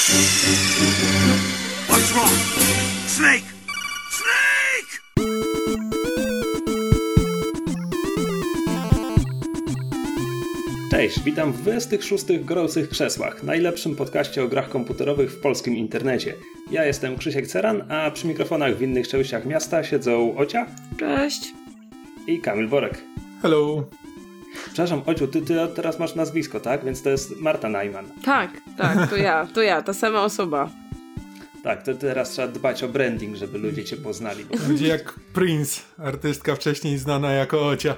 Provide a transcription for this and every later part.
What's wrong? Snake! Snake! Cześć, witam w 26 Gorących Krzesłach, najlepszym podcaście o grach komputerowych w polskim internecie. Ja jestem Krzysiek Ceran, a przy mikrofonach w innych częściach miasta siedzą Ocia. Cześć. I Kamil Borek. Hello. Przepraszam, Ociu, ty teraz masz nazwisko, tak? Więc to jest Marta Najman. Tak, to ja, ta sama osoba. Tak, to teraz trzeba dbać o branding, żeby ludzie cię poznali. Będzie jak Prince, artystka wcześniej znana jako Ocia.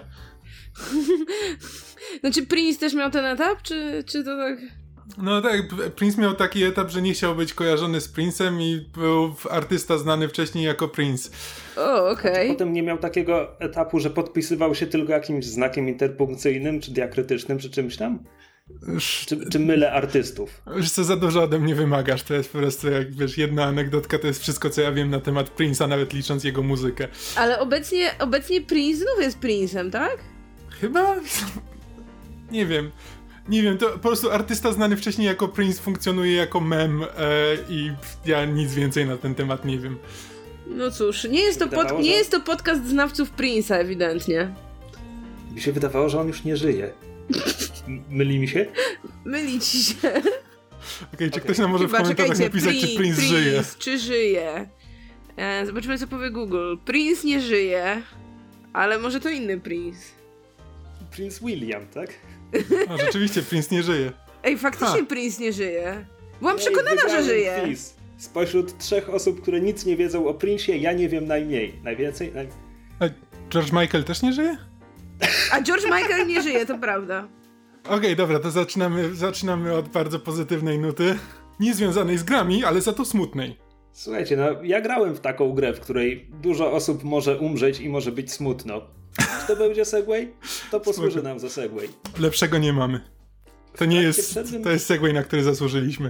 Znaczy Prince też miał ten etap, czy to tak... No tak, Prince miał taki etap, że nie chciał być kojarzony z Prince'em i był artysta znany wcześniej jako Prince. O, okej. Potem nie miał takiego etapu, że podpisywał się tylko jakimś znakiem interpunkcyjnym, czy diakrytycznym, czy czymś tam? Czy mylę artystów? Wiesz co, za dużo ode mnie wymagasz, to jest po prostu, jak wiesz, jedna anegdotka to jest wszystko, co ja wiem na temat Prince'a, nawet licząc jego muzykę. Ale obecnie Prince znów jest Prince'em, tak? Chyba? Nie wiem, to po prostu artysta znany wcześniej jako Prince funkcjonuje jako mem i ja nic więcej na ten temat nie wiem. No cóż, nie jest to podcast znawców Prince'a ewidentnie. Mi się wydawało, że on już nie żyje. Myli mi się? Myli ci się. Okej, czy ktoś nam może w komentarzach napisać, czy Prince żyje? Czy żyje? Zobaczymy, co powie Google. Prince nie żyje, ale może to inny Prince. Prince William, tak? A, rzeczywiście, Prince nie żyje. Ej, faktycznie Prince nie żyje. Byłam przekonana, że żyje. Quiz. Spośród 3 osób, które nic nie wiedzą o Prince'ie, ja nie wiem najmniej. Najwięcej? A George Michael też nie żyje? A George Michael nie żyje, to prawda. Okej, dobra, to zaczynamy od bardzo pozytywnej nuty. Nie związanej z grami, ale za to smutnej. Słuchajcie, no ja grałem w taką grę, w której dużo osób może umrzeć i może być smutno. Czy to będzie segway? To posłuży nam za segway. Lepszego nie mamy. To nie jest, to jest segway, na który zasłużyliśmy.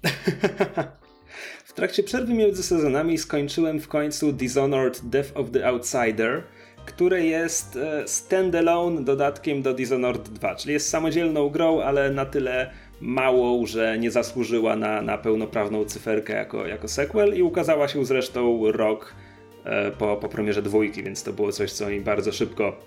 W trakcie przerwy między sezonami skończyłem w końcu Dishonored Death of the Outsider, które jest standalone dodatkiem do Dishonored 2, czyli jest samodzielną grą, ale na tyle małą, że nie zasłużyła na pełnoprawną cyferkę jako sequel i ukazała się zresztą rok po premierze 2, więc to było coś, co oni bardzo szybko,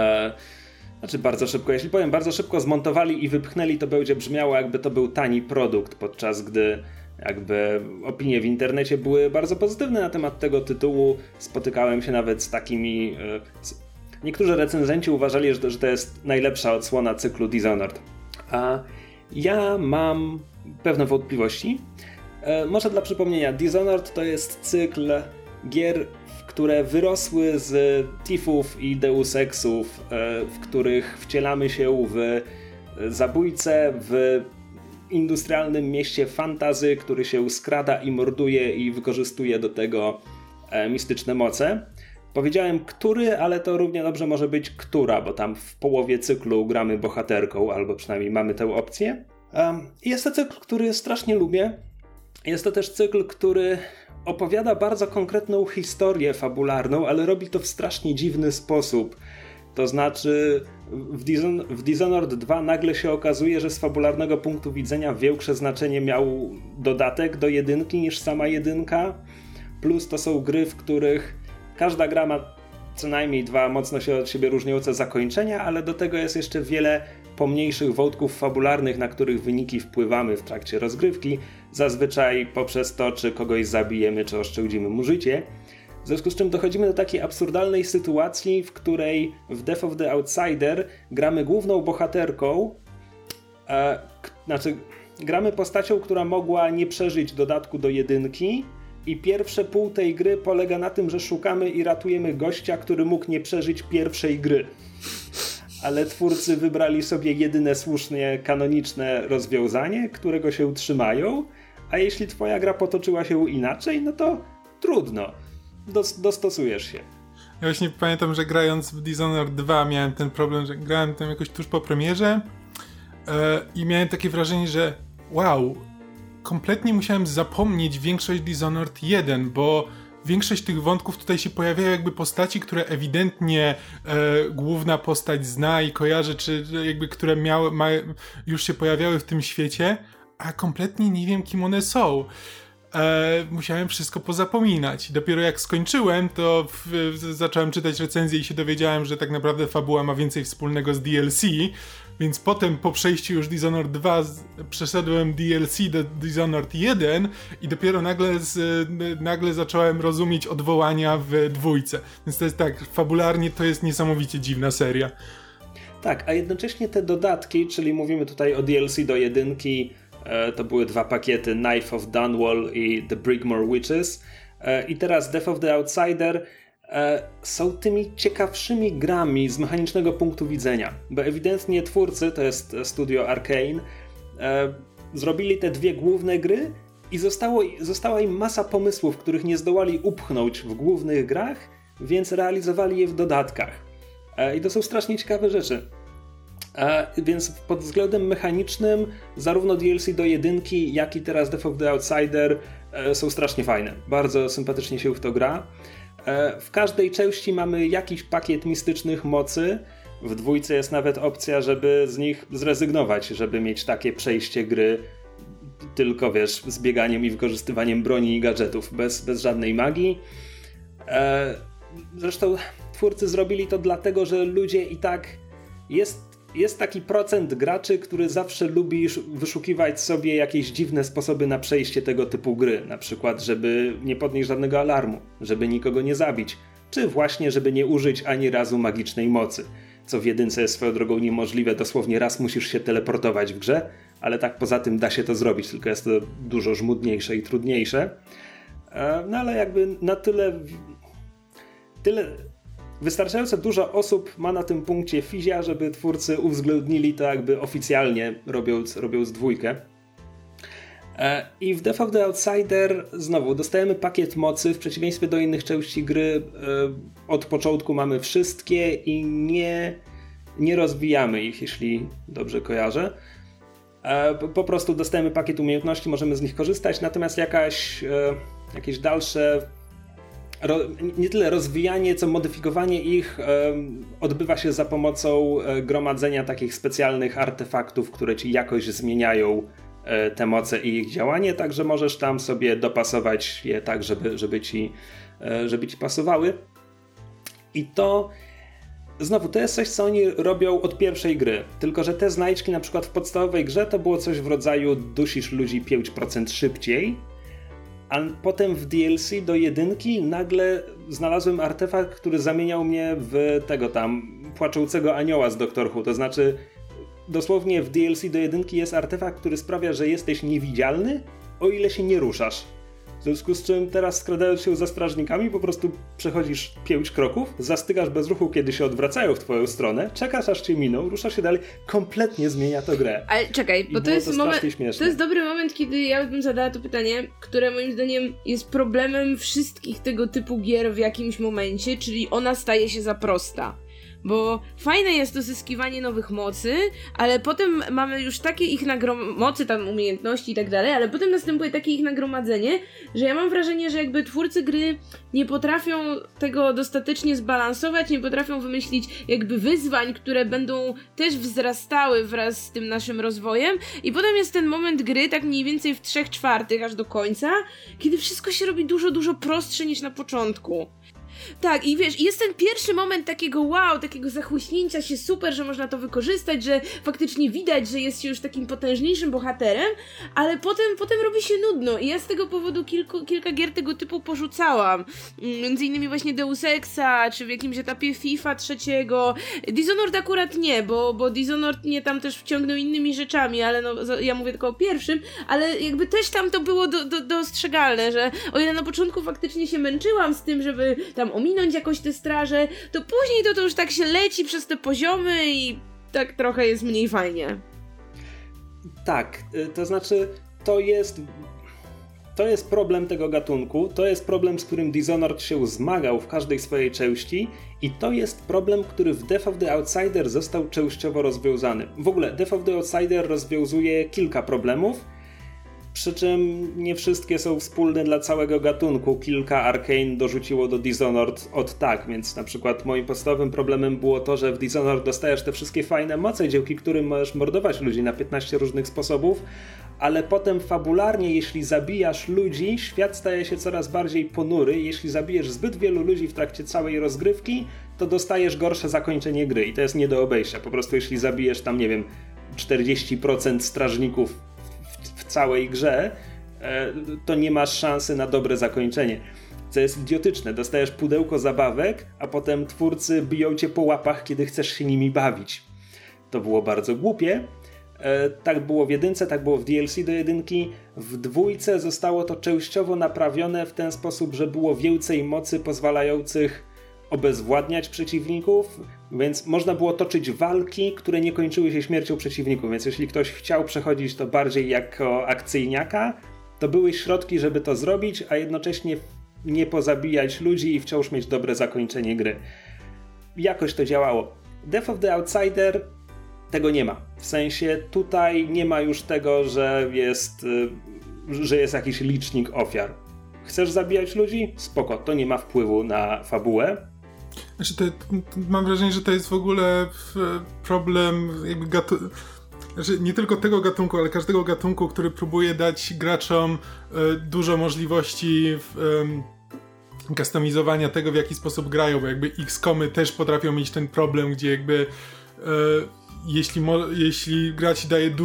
jeśli powiem bardzo szybko zmontowali i wypchnęli, to będzie brzmiało, jakby to był tani produkt, podczas gdy jakby opinie w internecie były bardzo pozytywne na temat tego tytułu. Spotykałem się nawet z takimi... Niektórzy recenzenci uważali, że to jest najlepsza odsłona cyklu Dishonored. A ja mam pewne wątpliwości. Może dla przypomnienia, Dishonored to jest cykl gier, które wyrosły z Thiefów i Deus Exów, w których wcielamy się w zabójcę, w industrialnym mieście fantasy, który się skrada i morduje i wykorzystuje do tego mistyczne moce. Powiedziałem który, ale to równie dobrze może być która, bo tam w połowie cyklu gramy bohaterką, albo przynajmniej mamy tę opcję. Jest to cykl, który strasznie lubię. Jest to też cykl, który opowiada bardzo konkretną historię fabularną, ale robi to w strasznie dziwny sposób. To znaczy w Dishonored 2 nagle się okazuje, że z fabularnego punktu widzenia większe znaczenie miał dodatek do jedynki niż sama jedynka. Plus to są gry, w których każda gra ma co najmniej 2 mocno się od siebie różniące zakończenia, ale do tego jest jeszcze wiele pomniejszych wątków fabularnych, na których wyniki wpływamy w trakcie rozgrywki, zazwyczaj poprzez to, czy kogoś zabijemy, czy oszczędzimy mu życie. W związku z czym dochodzimy do takiej absurdalnej sytuacji, w której w Death of the Outsider gramy główną bohaterką, gramy postacią, która mogła nie przeżyć dodatku do jedynki i pierwsze pół tej gry polega na tym, że szukamy i ratujemy gościa, który mógł nie przeżyć pierwszej gry. Ale twórcy wybrali sobie jedyne słusznie kanoniczne rozwiązanie, którego się trzymają, a jeśli twoja gra potoczyła się inaczej, no to trudno. Dostosujesz się. Ja właśnie pamiętam, że grając w Dishonored 2 miałem ten problem, że grałem tam jakoś tuż po premierze i miałem takie wrażenie, że wow, kompletnie musiałem zapomnieć większość Dishonored 1, bo większość tych wątków tutaj się pojawiają jakby postaci, które ewidentnie główna postać zna i kojarzy, czy jakby które już się pojawiały w tym świecie, a kompletnie nie wiem, kim one są. Musiałem wszystko pozapominać. Dopiero jak skończyłem, to zacząłem czytać recenzje i się dowiedziałem, że tak naprawdę fabuła ma więcej wspólnego z DLC, więc potem po przejściu już Dishonored 2 przeszedłem DLC do Dishonored 1 i dopiero nagle zacząłem rozumieć odwołania w dwójce. Więc to jest tak, fabularnie to jest niesamowicie dziwna seria. Tak, a jednocześnie te dodatki, czyli mówimy tutaj o DLC do jedynki, to były 2 pakiety, Knife of Dunwall i The Brigmore Witches, i teraz Death of the Outsider, są tymi ciekawszymi grami z mechanicznego punktu widzenia, bo ewidentnie twórcy, to jest studio Arkane, zrobili te 2 główne gry i została im masa pomysłów, których nie zdołali upchnąć w głównych grach, więc realizowali je w dodatkach. I to są strasznie ciekawe rzeczy. Więc pod względem mechanicznym zarówno DLC do jedynki, jak i teraz Death of the Outsider są strasznie fajne. Bardzo sympatycznie się w to gra. W każdej części mamy jakiś pakiet mistycznych mocy. W dwójce jest nawet opcja, żeby z nich zrezygnować, żeby mieć takie przejście gry tylko, z bieganiem i wykorzystywaniem broni i gadżetów, bez żadnej magii. Zresztą twórcy zrobili to dlatego, że ludzie i tak... Jest taki procent graczy, który zawsze lubi wyszukiwać sobie jakieś dziwne sposoby na przejście tego typu gry. Na przykład, żeby nie podnieść żadnego alarmu, żeby nikogo nie zabić, czy właśnie, żeby nie użyć ani razu magicznej mocy. Co w jedynce jest swoją drogą niemożliwe, dosłownie raz musisz się teleportować w grze, ale tak poza tym da się to zrobić, tylko jest to dużo żmudniejsze i trudniejsze. No ale jakby na tyle... Wystarczająco dużo osób ma na tym punkcie fizia, żeby twórcy uwzględnili to jakby oficjalnie, robiąc dwójkę. I w Death of the Outsider znowu dostajemy pakiet mocy, w przeciwieństwie do innych części gry od początku mamy wszystkie i nie rozwijamy ich, jeśli dobrze kojarzę. Po prostu dostajemy pakiet umiejętności, możemy z nich korzystać, natomiast jakieś dalsze nie tyle rozwijanie, co modyfikowanie ich odbywa się za pomocą gromadzenia takich specjalnych artefaktów, które ci jakoś zmieniają te moce i ich działanie, także możesz tam sobie dopasować je tak, żeby ci pasowały. I to znowu, to jest coś, co oni robią od pierwszej gry, tylko że te znajdźki na przykład w podstawowej grze to było coś w rodzaju dusisz ludzi 5% szybciej, a potem w DLC do jedynki nagle znalazłem artefakt, który zamieniał mnie w tego tam płaczącego anioła z Doctor Who. To znaczy dosłownie w DLC do jedynki jest artefakt, który sprawia, że jesteś niewidzialny, o ile się nie ruszasz. W związku z czym teraz skradając się za strażnikami po prostu przechodzisz 5 kroków, zastygasz bez ruchu, kiedy się odwracają w twoją stronę, czekasz aż cię miną, ruszasz się dalej, kompletnie zmienia to grę. Ale czekaj, bo to jest moment, to jest dobry moment, kiedy ja bym zadała to pytanie, które moim zdaniem jest problemem wszystkich tego typu gier w jakimś momencie, czyli ona staje się za prosta. Bo fajne jest uzyskiwanie nowych mocy, ale potem mamy już takie ich mocy, tam umiejętności i tak dalej, ale potem następuje takie ich nagromadzenie, że ja mam wrażenie, że jakby twórcy gry nie potrafią tego dostatecznie zbalansować, nie potrafią wymyślić jakby wyzwań, które będą też wzrastały wraz z tym naszym rozwojem i potem jest ten moment gry, tak mniej więcej w 3/4 aż do końca, kiedy wszystko się robi dużo, dużo prostsze niż na początku. Tak, i wiesz, jest ten pierwszy moment takiego wow, takiego zachłyśnięcia się, super, że można to wykorzystać, że faktycznie widać, że jest się już takim potężniejszym bohaterem, ale potem robi się nudno i ja z tego powodu kilka gier tego typu porzucałam. Między innymi właśnie Deus Exa, czy w jakimś etapie FIFA 3. Dishonored akurat nie, bo Dishonored mnie tam też wciągnął innymi rzeczami, ale no, ja mówię tylko o pierwszym, ale jakby też tam to było dostrzegalne, że o ile na początku faktycznie się męczyłam z tym, żeby tam ominąć jakoś te straże, to później to już tak się leci przez te poziomy i tak trochę jest mniej fajnie. Tak, to znaczy to jest problem tego gatunku, to jest problem, z którym Dishonored się zmagał w każdej swojej części i to jest problem, który w Death of the Outsider został częściowo rozwiązany. W ogóle Death of the Outsider rozwiązuje kilka problemów, przy czym nie wszystkie są wspólne dla całego gatunku. Kilka Arkane dorzuciło do Dishonored od tak, więc na przykład moim podstawowym problemem było to, że w Dishonored dostajesz te wszystkie fajne moce, dzięki którym możesz mordować ludzi na 15 różnych sposobów, ale potem fabularnie, jeśli zabijasz ludzi, świat staje się coraz bardziej ponury. Jeśli zabijesz zbyt wielu ludzi w trakcie całej rozgrywki, to dostajesz gorsze zakończenie gry i to jest nie do obejścia. Po prostu jeśli zabijesz tam, nie wiem, 40% strażników w całej grze, to nie masz szansy na dobre zakończenie. Co jest idiotyczne. Dostajesz pudełko zabawek, a potem twórcy biją cię po łapach, kiedy chcesz się nimi bawić. To było bardzo głupie. Tak było w 1, tak było w DLC do 1. W 2 zostało to częściowo naprawione w ten sposób, że było więcej mocy pozwalających obezwładniać przeciwników, więc można było toczyć walki, które nie kończyły się śmiercią przeciwników, więc jeśli ktoś chciał przechodzić to bardziej jako akcyjniaka, to były środki, żeby to zrobić, a jednocześnie nie pozabijać ludzi i wciąż mieć dobre zakończenie gry. Jakoś to działało. Death of the Outsider tego nie ma. W sensie tutaj nie ma już tego, że jest jakiś licznik ofiar. Chcesz zabijać ludzi? Spoko, to nie ma wpływu na fabułę. Znaczy mam wrażenie, że to jest w ogóle problem jakby nie tylko tego gatunku, ale każdego gatunku, który próbuje dać graczom dużo możliwości kustomizowania tego, w jaki sposób grają, bo jakby XCOMy też potrafią mieć ten problem, gdzie jakby jeśli gra ci daje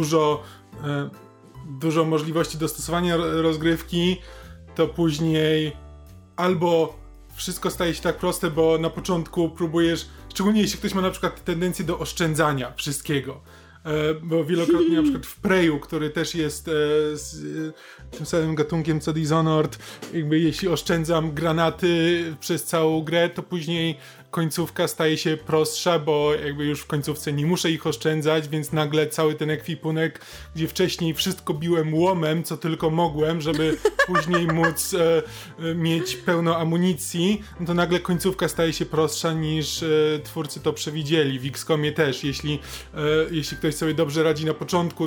dużo możliwości dostosowania rozgrywki, to później albo wszystko staje się tak proste, bo na początku próbujesz, szczególnie jeśli ktoś ma na przykład tendencję do oszczędzania wszystkiego, bo wielokrotnie na przykład w Preyu, który też jest tym samym gatunkiem co Dishonored, jakby jeśli oszczędzam granaty przez całą grę, to później końcówka staje się prostsza, bo jakby już w końcówce nie muszę ich oszczędzać, więc nagle cały ten ekwipunek, gdzie wcześniej wszystko biłem łomem, co tylko mogłem, żeby później móc mieć pełno amunicji, no to nagle końcówka staje się prostsza niż twórcy to przewidzieli. W XCOMie też, jeśli ktoś sobie dobrze radzi na początku,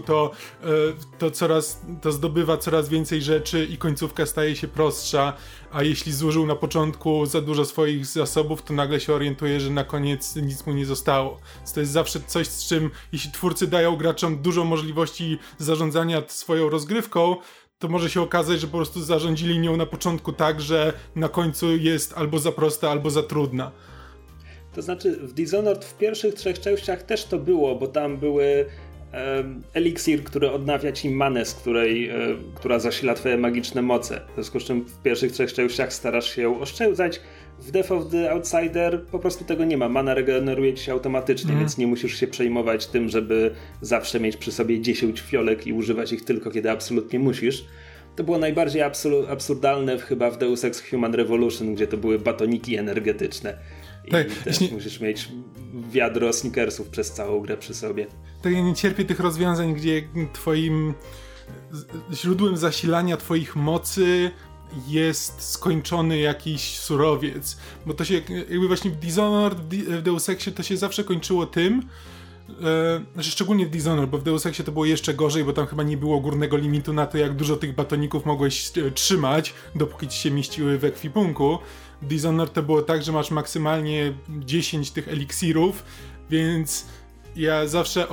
to zdobywa coraz więcej rzeczy i końcówka staje się prostsza, a jeśli zużył na początku za dużo swoich zasobów, to nagle się orientuje, że na koniec nic mu nie zostało. To jest zawsze coś, z czym jeśli twórcy dają graczom dużo możliwości zarządzania swoją rozgrywką, to może się okazać, że po prostu zarządzili nią na początku tak, że na końcu jest albo za prosta, albo za trudna. To znaczy w Dishonored w pierwszych 3 częściach też to było, bo tam były eliksir, który odnawia ci manę, która zasila twoje magiczne moce. W związku z czym w pierwszych 3 częściach starasz się ją oszczędzać. W Death of the Outsider po prostu tego nie ma. Mana regeneruje ci się automatycznie, więc nie musisz się przejmować tym, żeby zawsze mieć przy sobie 10 fiolek i używać ich tylko, kiedy absolutnie musisz. To było najbardziej absurdalne chyba w Deus Ex Human Revolution, gdzie to były batoniki energetyczne. I też musisz mieć wiadro Snickersów przez całą grę przy sobie. Tak, ja nie cierpię tych rozwiązań, gdzie twoim źródłem zasilania twoich mocy jest skończony jakiś surowiec. Bo to się jakby właśnie w Dishonored, w Deus Exie to się zawsze kończyło tym, znaczy szczególnie w Dishonored, bo w Deus Exie to było jeszcze gorzej, bo tam chyba nie było górnego limitu na to, jak dużo tych batoników mogłeś trzymać, dopóki ci się mieściły w ekwipunku. W Dishonored to było tak, że masz maksymalnie 10 tych eliksirów, więc ja zawsze,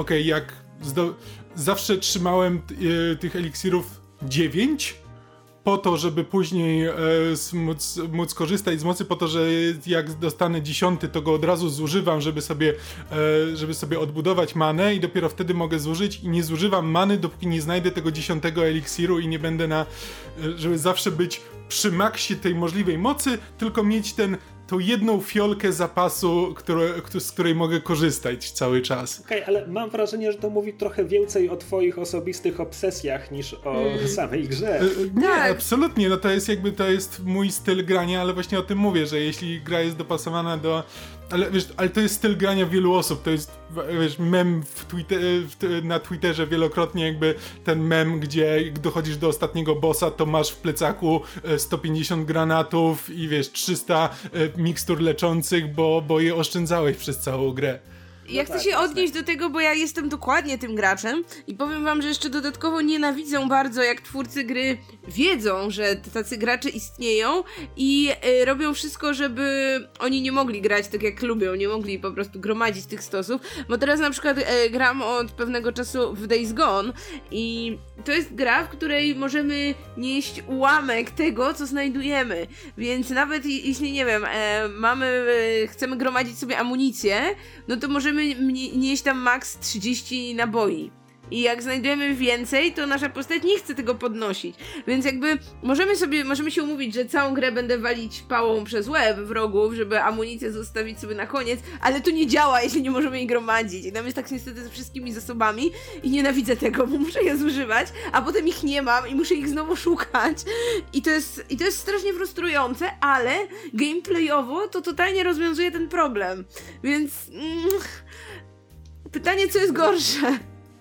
zawsze trzymałem tych eliksirów 9 po to, żeby później móc korzystać z mocy, po to, że jak dostanę 10, to go od razu zużywam, żeby sobie odbudować manę i dopiero wtedy mogę zużyć i nie zużywam many, dopóki nie znajdę tego 10 eliksiru i nie będę żeby zawsze być przy maksie tej możliwej mocy, tylko mieć tą jedną fiolkę zapasu, z której mogę korzystać cały czas. Okej, ale mam wrażenie, że to mówi trochę więcej o twoich osobistych obsesjach niż o samej grze. Nie, tak. Absolutnie, no to jest mój styl grania, ale właśnie o tym mówię, że jeśli gra jest dopasowana do... Ale to jest styl grania wielu osób, to jest mem na Twitterze wielokrotnie jakby ten mem, gdzie dochodzisz do ostatniego bossa, to masz w plecaku 150 granatów i 300 mikstur leczących, bo je oszczędzałeś przez całą grę. ja chcę się odnieść do tego, bo ja jestem dokładnie tym graczem i powiem wam, że jeszcze dodatkowo nienawidzę bardzo, jak twórcy gry wiedzą, że tacy gracze istnieją i robią wszystko, żeby oni nie mogli grać tak jak lubią, nie mogli po prostu gromadzić tych stosów, bo teraz na przykład gram od pewnego czasu w Days Gone i to jest gra, w której możemy nieść ułamek tego, co znajdujemy, więc nawet jeśli, nie wiem, chcemy gromadzić sobie amunicję, no to możemy nieść tam max 30 naboi. I jak znajdujemy więcej, to nasza postać nie chce tego podnosić. Więc jakby możemy się umówić, że całą grę będę walić pałą przez łeb wrogów, żeby amunicję zostawić sobie na koniec, ale to nie działa, jeśli nie możemy jej gromadzić. I tam jest tak niestety ze wszystkimi zasobami i nienawidzę tego, bo muszę je zużywać, a potem ich nie mam i muszę ich znowu szukać. I to jest strasznie frustrujące, ale gameplayowo to totalnie rozwiązuje ten problem. Więc pytanie, co jest gorsze?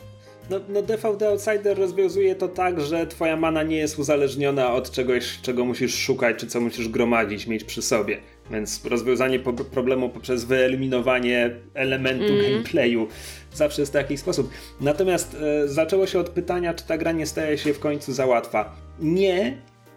No DV The Outsider rozwiązuje to tak, że twoja mana nie jest uzależniona od czegoś, czego musisz szukać, czy co musisz gromadzić, mieć przy sobie. Więc rozwiązanie problemu poprzez wyeliminowanie elementu gameplayu zawsze jest w taki sposób. Natomiast zaczęło się od pytania, czy ta gra nie staje się w końcu za łatwa. Nie,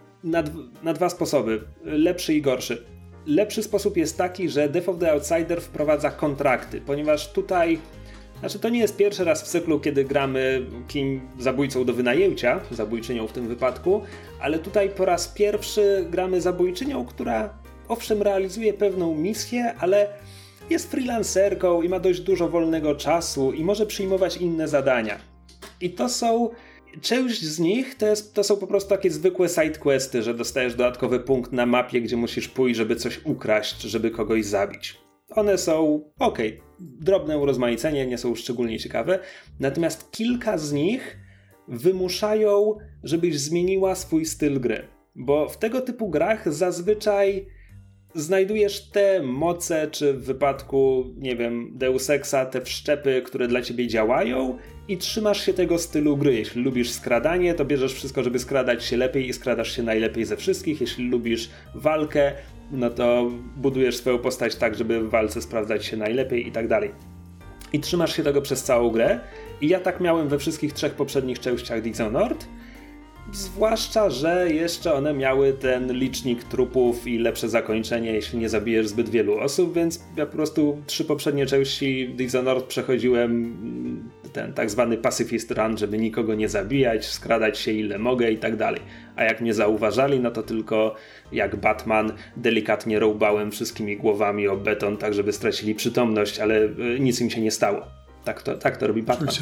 na dwa sposoby. Lepszy i gorszy. Lepszy sposób jest taki, że DV The Outsider wprowadza kontrakty, ponieważ tutaj... Znaczy, to nie jest pierwszy raz w cyklu, kiedy gramy zabójcą do wynajęcia, zabójczynią w tym wypadku, ale tutaj po raz pierwszy gramy zabójczynią, która owszem realizuje pewną misję, ale jest freelancerką i ma dość dużo wolnego czasu i może przyjmować inne zadania. I to są... Część z nich to są po prostu takie zwykłe sidequesty, że dostajesz dodatkowy punkt na mapie, gdzie musisz pójść, żeby coś ukraść, żeby kogoś zabić. One są drobne urozmaicenie, nie są szczególnie ciekawe, natomiast kilka z nich wymuszają, żebyś zmieniła swój styl gry, bo w tego typu grach zazwyczaj znajdujesz te moce, czy w wypadku, nie wiem, Deus Exa, te wszczepy, które dla ciebie działają i trzymasz się tego stylu gry. Jeśli lubisz skradanie, to bierzesz wszystko, żeby skradać się lepiej i skradasz się najlepiej ze wszystkich. Jeśli lubisz walkę, no to budujesz swoją postać tak, żeby w walce sprawdzać się najlepiej i tak dalej. I trzymasz się tego przez całą grę. I ja tak miałem we wszystkich 3 poprzednich częściach Dishonored. Zwłaszcza, że jeszcze one miały ten licznik trupów i lepsze zakończenie, jeśli nie zabijesz zbyt wielu osób, więc ja po prostu 3 poprzednie części Dishonored przechodziłem ten tak zwany pacifist run, żeby nikogo nie zabijać, skradać się ile mogę i tak dalej. A jak mnie zauważali, no to tylko jak Batman delikatnie rąbałem wszystkimi głowami o beton, tak żeby stracili przytomność, ale nic im się nie stało. Tak to robi Batman.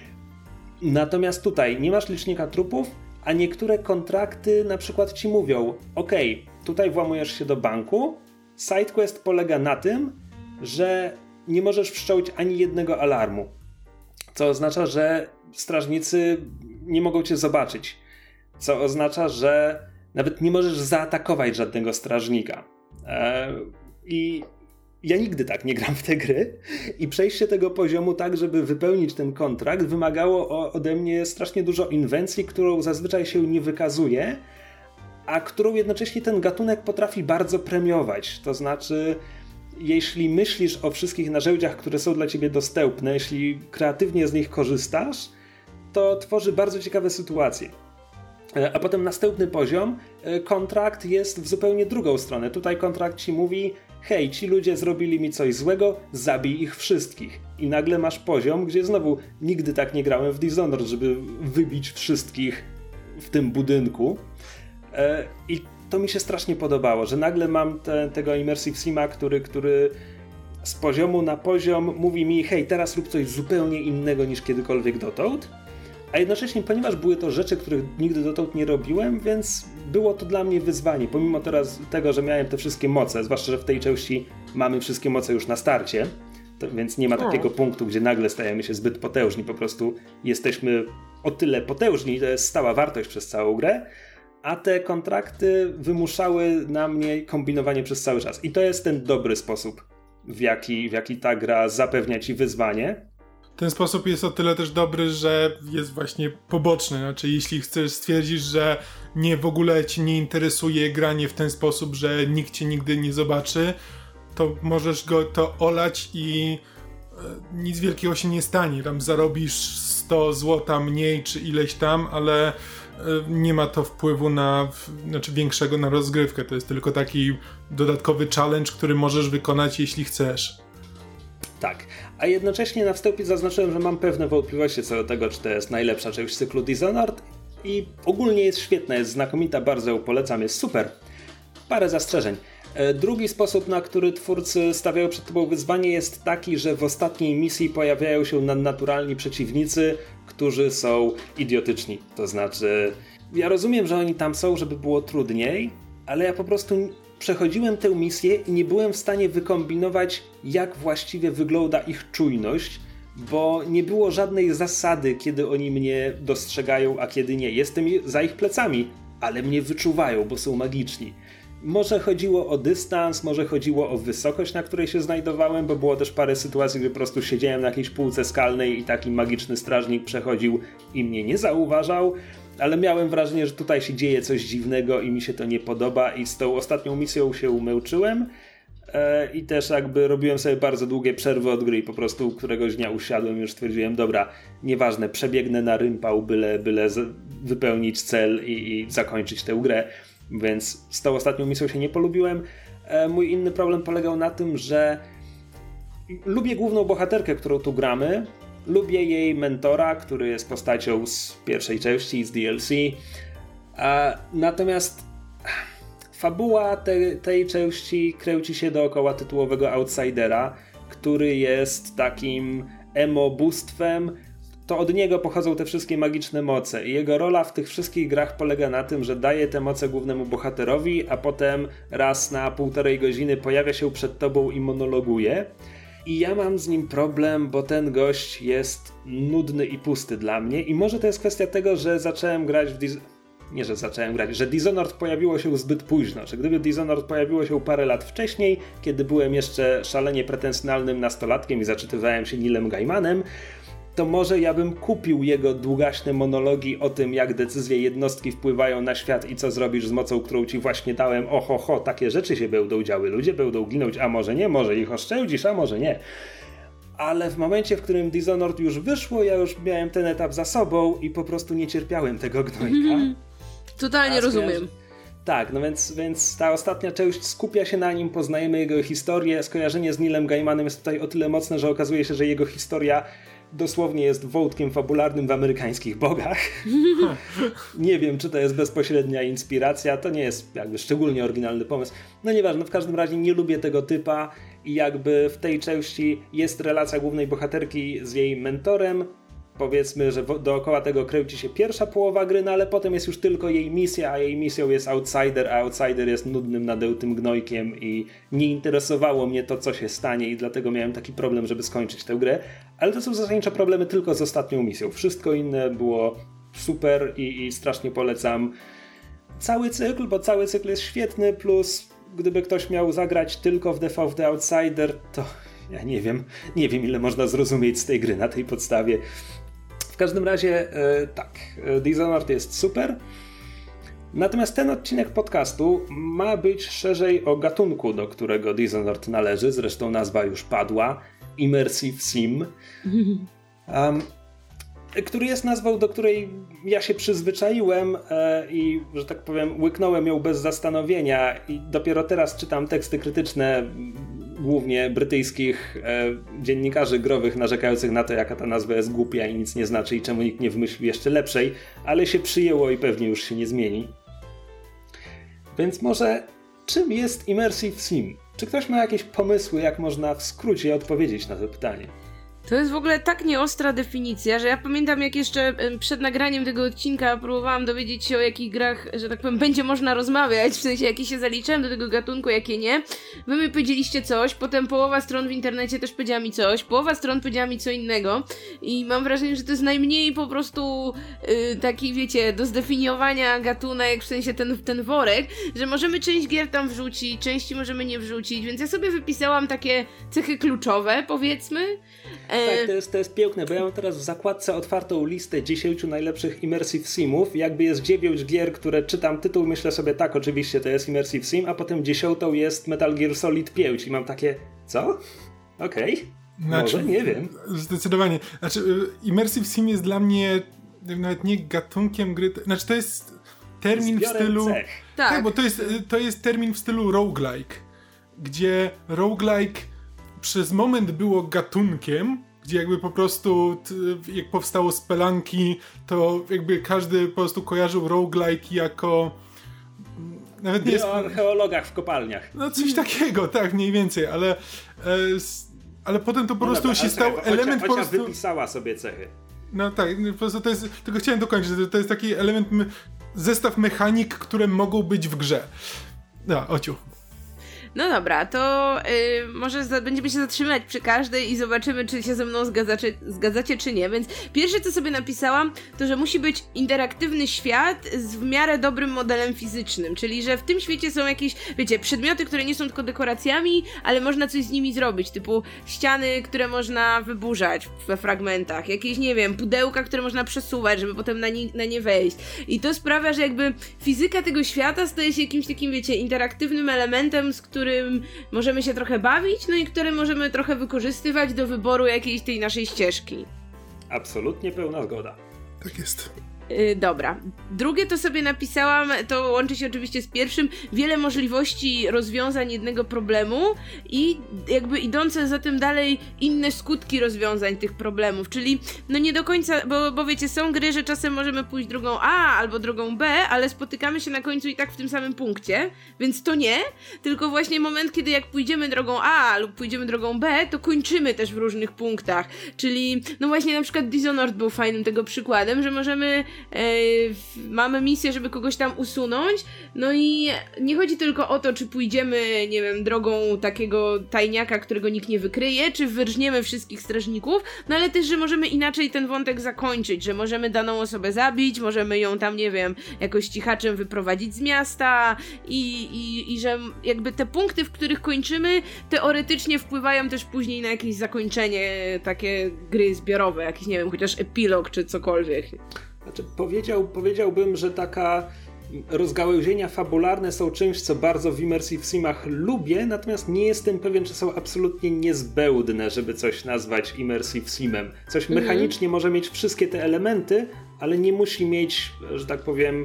Natomiast tutaj nie masz licznika trupów, a niektóre kontrakty na przykład ci mówią: okej, tutaj włamujesz się do banku, sidequest polega na tym, że nie możesz wszcząć ani jednego alarmu, co oznacza, że strażnicy nie mogą cię zobaczyć, co oznacza, że nawet nie możesz zaatakować żadnego strażnika. I ja nigdy tak nie gram w te gry i przejście tego poziomu tak, żeby wypełnić ten kontrakt, wymagało ode mnie strasznie dużo inwencji, którą zazwyczaj się nie wykazuje, a którą jednocześnie ten gatunek potrafi bardzo premiować. To znaczy, jeśli myślisz o wszystkich narzędziach, które są dla ciebie dostępne, jeśli kreatywnie z nich korzystasz, to tworzy bardzo ciekawe sytuacje. A potem następny poziom, kontrakt jest w zupełnie drugą stronę. Tutaj kontrakt ci mówi: hej, ci ludzie zrobili mi coś złego, zabij ich wszystkich. I nagle masz poziom, gdzie znowu nigdy tak nie grałem w Dishonored, żeby wybić wszystkich w tym budynku. I to mi się strasznie podobało, że nagle mam tego Immersive Sima, który z poziomu na poziom mówi mi: hej, teraz rób coś zupełnie innego niż kiedykolwiek dotąd. A jednocześnie, ponieważ były to rzeczy, których nigdy dotąd nie robiłem, więc było to dla mnie wyzwanie. Pomimo teraz tego, że miałem te wszystkie moce, zwłaszcza, że w tej części mamy wszystkie moce już na starcie, więc nie ma takiego punktu, gdzie nagle stajemy się zbyt potężni. Po prostu jesteśmy o tyle potężni, to jest stała wartość przez całą grę, a te kontrakty wymuszały na mnie kombinowanie przez cały czas. I to jest ten dobry sposób, w jaki ta gra zapewnia ci wyzwanie. Ten sposób jest o tyle też dobry, że jest właśnie poboczny. Znaczy, jeśli chcesz stwierdzić, że w ogóle cię nie interesuje granie w ten sposób, że nikt cię nigdy nie zobaczy, to możesz go to olać i nic wielkiego się nie stanie, tam zarobisz 100 złota mniej czy ileś tam, ale nie ma to wpływu większego na rozgrywkę, to jest tylko taki dodatkowy challenge, który możesz wykonać, jeśli chcesz. Tak, a jednocześnie na wstępie zaznaczyłem, że mam pewne wątpliwości co do tego, czy to jest najlepsza część cyklu Dishonored i ogólnie jest świetna, jest znakomita, bardzo ją polecam, jest super. Parę zastrzeżeń. Drugi sposób, na który twórcy stawiają przed tobą wyzwanie, jest taki, że w ostatniej misji pojawiają się nadnaturalni przeciwnicy, którzy są idiotyczni. To znaczy, ja rozumiem, że oni tam są, żeby było trudniej, ale ja po prostu przechodziłem tę misję i nie byłem w stanie wykombinować, jak właściwie wygląda ich czujność, bo nie było żadnej zasady, kiedy oni mnie dostrzegają, a kiedy nie. Jestem za ich plecami, ale mnie wyczuwają, bo są magiczni. Może chodziło o dystans, może chodziło o wysokość, na której się znajdowałem, bo było też parę sytuacji, gdzie po prostu siedziałem na jakiejś półce skalnej i taki magiczny strażnik przechodził i mnie nie zauważał, ale miałem wrażenie, że tutaj się dzieje coś dziwnego i mi się to nie podoba i z tą ostatnią misją się umęczyłem i też jakby robiłem sobie bardzo długie przerwy od gry i po prostu któregoś dnia usiadłem i już stwierdziłem, dobra, nieważne, przebiegnę na rympał, byle wypełnić cel i zakończyć tę grę. Więc z tą ostatnią misją się nie polubiłem. Mój inny problem polegał na tym, że lubię główną bohaterkę, którą tu gramy. Lubię jej mentora, który jest postacią z pierwszej części, z DLC. Natomiast fabuła tej części kręci się dookoła tytułowego Outsidera, który jest takim emo-bóstwem. To od niego pochodzą te wszystkie magiczne moce i jego rola w tych wszystkich grach polega na tym, że daje te moce głównemu bohaterowi, a potem raz na 1,5 godziny pojawia się przed tobą i monologuje. I ja mam z nim problem, bo ten gość jest nudny i pusty dla mnie i może to jest kwestia tego, że zacząłem grać że Dishonored pojawiło się zbyt późno, że gdyby Dishonored pojawiło się parę lat wcześniej, kiedy byłem jeszcze szalenie pretensjonalnym nastolatkiem i zaczytywałem się Neilem Gaimanem, to może ja bym kupił jego długaśne monologi o tym, jak decyzje jednostki wpływają na świat i co zrobisz z mocą, którą ci właśnie dałem. Oho, takie rzeczy się będą działy, ludzie będą ginąć, a może nie, może ich oszczędzisz, a może nie. Ale w momencie, w którym Dishonored już wyszło, ja już miałem ten etap za sobą i po prostu nie cierpiałem tego gnojka. Totalnie rozumiem. Tak, no więc ta ostatnia część skupia się na nim, poznajemy jego historię, skojarzenie z Neilem Gaimanem jest tutaj o tyle mocne, że okazuje się, że jego historia dosłownie jest wątkiem fabularnym w amerykańskich bogach. Nie wiem, czy to jest bezpośrednia inspiracja, to nie jest jakby szczególnie oryginalny pomysł. No nieważne, w każdym razie nie lubię tego typa i jakby w tej części jest relacja głównej bohaterki z jej mentorem. Powiedzmy, że dookoła tego kręci się pierwsza połowa gry, no ale potem jest już tylko jej misja, a jej misją jest Outsider, a Outsider jest nudnym, nadełtym gnojkiem i nie interesowało mnie to, co się stanie i dlatego miałem taki problem, żeby skończyć tę grę. Ale to są zasadniczo problemy tylko z ostatnią misją. Wszystko inne było super i strasznie polecam cały cykl, bo cały cykl jest świetny, plus gdyby ktoś miał zagrać tylko w Death of the Outsider, to ja nie wiem ile można zrozumieć z tej gry na tej podstawie. W każdym razie tak, Dishonored jest super. Natomiast ten odcinek podcastu ma być szerzej o gatunku, do którego Dishonored należy. Zresztą nazwa już padła. Immersive Sim. Który jest nazwą, do której ja się przyzwyczaiłem i, że tak powiem, łyknąłem ją bez zastanowienia i dopiero teraz czytam teksty krytyczne głównie brytyjskich dziennikarzy growych narzekających na to, jaka ta nazwa jest głupia i nic nie znaczy i czemu nikt nie wymyślił jeszcze lepszej, ale się przyjęło i pewnie już się nie zmieni. Więc może czym jest Immersive Sim? Czy ktoś ma jakieś pomysły, jak można w skrócie odpowiedzieć na to pytanie? To jest w ogóle tak nieostra definicja, że ja pamiętam, jak jeszcze przed nagraniem tego odcinka próbowałam dowiedzieć się, o jakich grach, że tak powiem, będzie można rozmawiać, w sensie jakie się zaliczałem do tego gatunku, jakie nie. Wy mi powiedzieliście coś, potem połowa stron w internecie też powiedziała mi coś, połowa stron powiedziała mi co innego i mam wrażenie, że to jest najmniej po prostu taki, wiecie, do zdefiniowania gatunek, w sensie ten worek, że możemy część gier tam wrzucić, części możemy nie wrzucić, więc ja sobie wypisałam takie cechy kluczowe, powiedzmy. Tak, to jest piękne, bo ja mam teraz w zakładce otwartą listę 10 najlepszych Immersive Simów. Jakby jest 9 gier, które czytam tytuł, myślę sobie tak, oczywiście to jest Immersive Sim, a potem 10 jest Metal Gear Solid 5 i mam takie, co? Okej. Może, nie wiem. Zdecydowanie. Immersive Sim jest dla mnie nawet nie gatunkiem gry, to jest termin w stylu... Cech. Tak, bo to jest termin w stylu roguelike, gdzie roguelike przez moment było gatunkiem, gdzie jakby po prostu jak powstało Spelunki, to jakby każdy po prostu kojarzył roguelike jako... Nawet nie o archeologach w kopalniach. No coś takiego, tak, mniej więcej, ale potem to po prostu się stał element po prostu... wypisała sobie cechy. No tak, po prostu to jest... Tylko chciałem dokończyć, to jest taki element, zestaw mechanik, które mogą być w grze. No, Ociu. No dobra, to może będziemy się zatrzymać przy każdej i zobaczymy, czy się ze mną zgadzacie, czy nie. Więc pierwsze, co sobie napisałam, to, że musi być interaktywny świat z w miarę dobrym modelem fizycznym. Czyli, że w tym świecie są jakieś, wiecie, przedmioty, które nie są tylko dekoracjami, ale można coś z nimi zrobić. Typu ściany, które można wyburzać we fragmentach. Jakieś, nie wiem, pudełka, które można przesuwać, żeby potem na nie wejść. I to sprawia, że jakby fizyka tego świata staje się jakimś takim, wiecie, interaktywnym elementem, z którym możemy się trochę bawić, no i który możemy trochę wykorzystywać do wyboru jakiejś tej naszej ścieżki. Absolutnie pełna zgoda. Tak jest. Dobra. Drugie to sobie napisałam, to łączy się oczywiście z pierwszym, wiele możliwości rozwiązań jednego problemu i jakby idące za tym dalej inne skutki rozwiązań tych problemów, czyli no nie do końca, bo wiecie, są gry, że czasem możemy pójść drogą A albo drogą B, ale spotykamy się na końcu i tak w tym samym punkcie, więc to nie, tylko właśnie moment, kiedy jak pójdziemy drogą A lub pójdziemy drogą B, to kończymy też w różnych punktach, czyli no właśnie na przykład Dishonored był fajnym tego przykładem, że możemy mamy misję, żeby kogoś tam usunąć, no i nie chodzi tylko o to, czy pójdziemy, nie wiem, drogą takiego tajniaka, którego nikt nie wykryje, czy wyrżniemy wszystkich strażników, no ale też, że możemy inaczej ten wątek zakończyć, że możemy daną osobę zabić, możemy ją tam, nie wiem, jakoś cichaczem wyprowadzić z miasta i że jakby te punkty, w których kończymy, teoretycznie wpływają też później na jakieś zakończenie, takie gry zbiorowe, jakiś, nie wiem, chociaż epilog, czy cokolwiek. Znaczy, powiedziałbym, że taka rozgałęzienia fabularne są czymś, co bardzo w Immersive Simach lubię, natomiast nie jestem pewien, czy są absolutnie niezbędne, żeby coś nazwać Immersive Simem. Coś mechanicznie może mieć wszystkie te elementy, ale nie musi mieć, że tak powiem,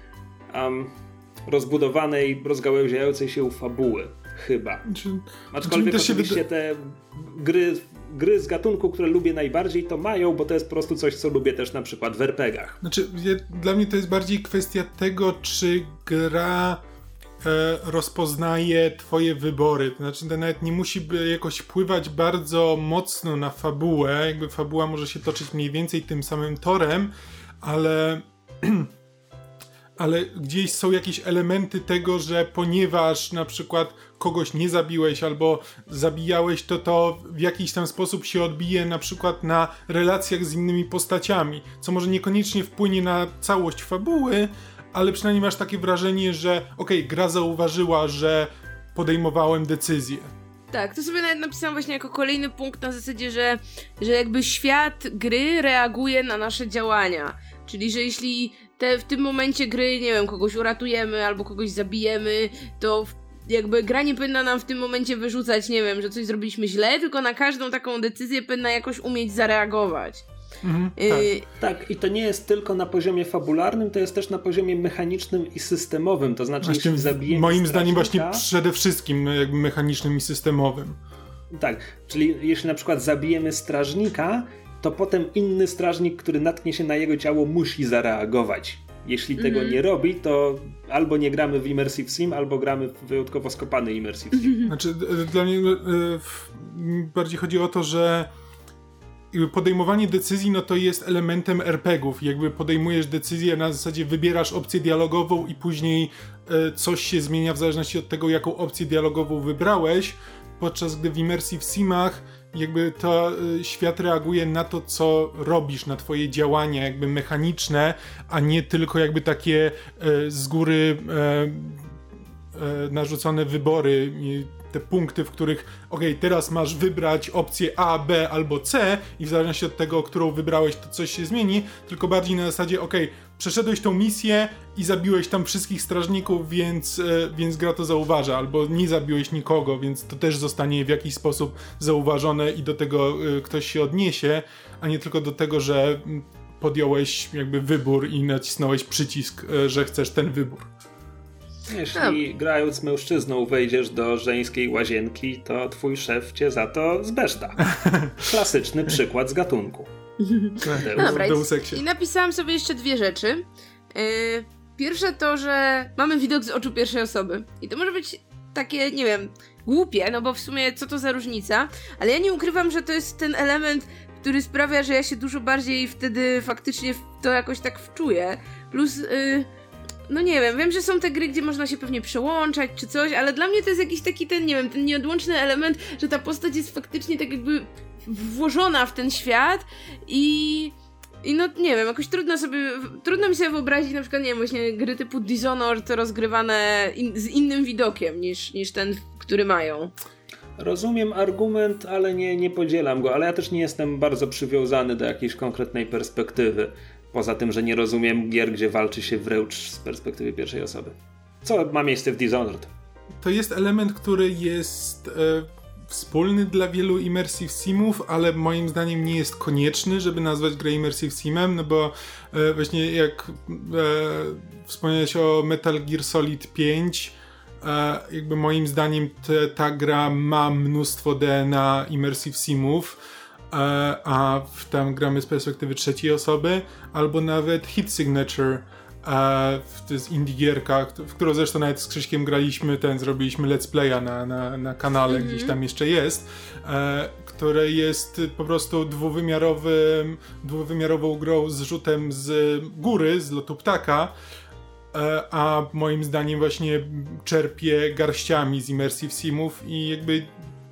rozbudowanej, rozgałęziającej się fabuły. Chyba. Aczkolwiek oczywiście te gry z gatunku, które lubię najbardziej, to mają, bo to jest po prostu coś, co lubię też na przykład w RPG-ach. Znaczy, dla mnie to jest bardziej kwestia tego, czy gra rozpoznaje twoje wybory. To znaczy, to nawet nie musi jakoś wpływać bardzo mocno na fabułę. Jakby fabuła może się toczyć mniej więcej tym samym torem, ale gdzieś są jakieś elementy tego, że ponieważ na przykład kogoś nie zabiłeś albo zabijałeś, to w jakiś tam sposób się odbije na przykład na relacjach z innymi postaciami, co może niekoniecznie wpłynie na całość fabuły, ale przynajmniej masz takie wrażenie, że gra zauważyła, że podejmowałem decyzję. Tak, to sobie nawet napisałam właśnie jako kolejny punkt na zasadzie, że jakby świat gry reaguje na nasze działania. Czyli, że jeśli w tym momencie gry, nie wiem, kogoś uratujemy albo kogoś zabijemy, to jakby gra nie powinna nam w tym momencie wyrzucać, nie wiem, że coś zrobiliśmy źle, tylko na każdą taką decyzję powinna jakoś umieć zareagować. Tak, i to nie jest tylko na poziomie fabularnym, to jest też na poziomie mechanicznym i systemowym, to znaczy jeśli zabijemy moim zdaniem właśnie przede wszystkim jakby mechanicznym i systemowym. Tak, czyli jeśli na przykład zabijemy strażnika, to potem inny strażnik, który natknie się na jego ciało, musi zareagować. Jeśli tego nie robi, to albo nie gramy w Immersive Sim, albo gramy w wyjątkowo skopany Immersive Sim. Znaczy, dla mnie bardziej chodzi o to, że jakby podejmowanie decyzji, no to jest elementem RPG-ów. Jakby podejmujesz decyzję, na zasadzie wybierasz opcję dialogową i później coś się zmienia w zależności od tego, jaką opcję dialogową wybrałeś, podczas gdy w Immersive Simach jakby to świat reaguje na to, co robisz, na twoje działania jakby mechaniczne, a nie tylko jakby takie z góry narzucone wybory i te punkty, w których teraz masz wybrać opcję A, B albo C i w zależności od tego, którą wybrałeś, to coś się zmieni, tylko bardziej na zasadzie przeszedłeś tą misję i zabiłeś tam wszystkich strażników, więc gra to zauważa, albo nie zabiłeś nikogo, więc to też zostanie w jakiś sposób zauważone i do tego ktoś się odniesie, a nie tylko do tego, że podjąłeś jakby wybór i nacisnąłeś przycisk, że chcesz ten wybór. Jeśli grając mężczyzną wejdziesz do żeńskiej łazienki, to twój szef cię za to zbeszta. Klasyczny przykład z gatunku. Dobra, i napisałam sobie jeszcze 2 rzeczy. Pierwsze to, że mamy widok z oczu pierwszej osoby. I to może być takie, nie wiem, głupie, no bo w sumie co to za różnica, ale ja nie ukrywam, że to jest ten element, który sprawia, że ja się dużo bardziej wtedy faktycznie w to jakoś tak wczuję. Plus... no nie wiem, że są te gry, gdzie można się pewnie przełączać czy coś, ale dla mnie to jest jakiś taki ten nieodłączny element, że ta postać jest faktycznie tak jakby włożona w ten świat i no nie wiem, jakoś trudno mi sobie wyobrazić na przykład, nie wiem, właśnie gry typu Dishonored rozgrywane z innym widokiem niż ten, który mają. Rozumiem argument, ale nie podzielam go, ale ja też nie jestem bardzo przywiązany do jakiejś konkretnej perspektywy. Poza tym, że nie rozumiem gier, gdzie walczy się wręcz z perspektywy pierwszej osoby. Co ma miejsce w Dishonored? To jest element, który jest wspólny dla wielu immersive simów, ale moim zdaniem nie jest konieczny, żeby nazwać grę immersive simem, no bo właśnie jak wspomniałeś o Metal Gear Solid 5, jakby moim zdaniem ta gra ma DNA immersive simów, a tam gramy z perspektywy trzeciej osoby, albo nawet Hit Signature, to jest indie gierka, w którą zresztą nawet z Krzyśkiem graliśmy, zrobiliśmy let's playa na kanale, gdzieś tam jeszcze jest, które jest po prostu dwuwymiarową grą z rzutem z góry, z lotu ptaka, a moim zdaniem właśnie czerpie garściami z immersive simów i jakby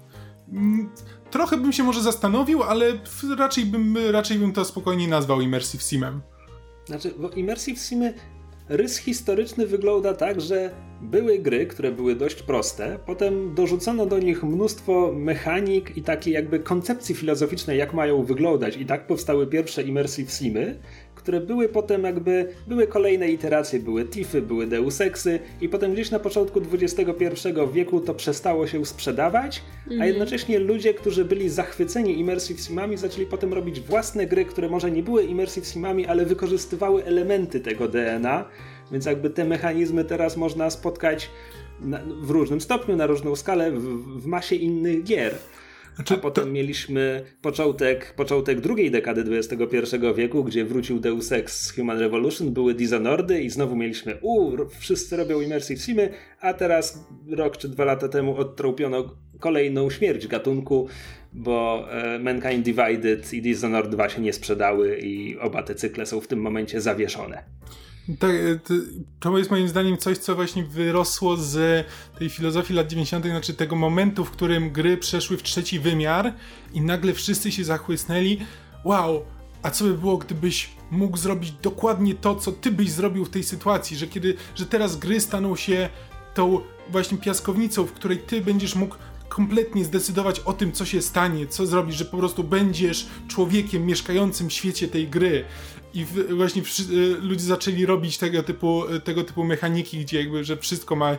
trochę bym się może zastanowił, ale raczej bym to spokojnie nazwał immersive simem. Znaczy, bo immersive simy, rys historyczny wygląda tak, że były gry, które były dość proste, potem dorzucono do nich mnóstwo mechanik i takiej jakby koncepcji filozoficznej, jak mają wyglądać, i tak powstały pierwsze immersive simy, które były potem były kolejne iteracje, były TIFy, były Deus Exy i potem gdzieś na początku XXI wieku to przestało się sprzedawać, a jednocześnie ludzie, którzy byli zachwyceni immersive simami, zaczęli potem robić własne gry, które może nie były immersive simami, ale wykorzystywały elementy tego DNA, więc jakby te mechanizmy teraz można spotkać w różnym stopniu, na różną skalę, w masie innych gier. A potem mieliśmy początek drugiej dekady XXI wieku, gdzie wrócił Deus Ex Human Revolution, były Dishonoredy i znowu mieliśmy wszyscy robią immersive simy, a teraz rok czy 2 lata temu odtrąpiono kolejną śmierć gatunku, bo Mankind Divided i Dishonored 2 się nie sprzedały i oba te cykle są w tym momencie zawieszone. Tak, to jest moim zdaniem coś, co właśnie wyrosło z tej filozofii lat 90., znaczy tego momentu, w którym gry przeszły w trzeci wymiar i nagle wszyscy się zachłysnęli. Wow, a co by było, gdybyś mógł zrobić dokładnie to, co ty byś zrobił w tej sytuacji, że teraz gry staną się tą właśnie piaskownicą, w której ty będziesz mógł kompletnie zdecydować o tym, co się stanie, co zrobisz, że po prostu będziesz człowiekiem mieszkającym w świecie tej gry. I właśnie ludzie zaczęli robić tego typu mechaniki, gdzie jakby, że wszystko ma,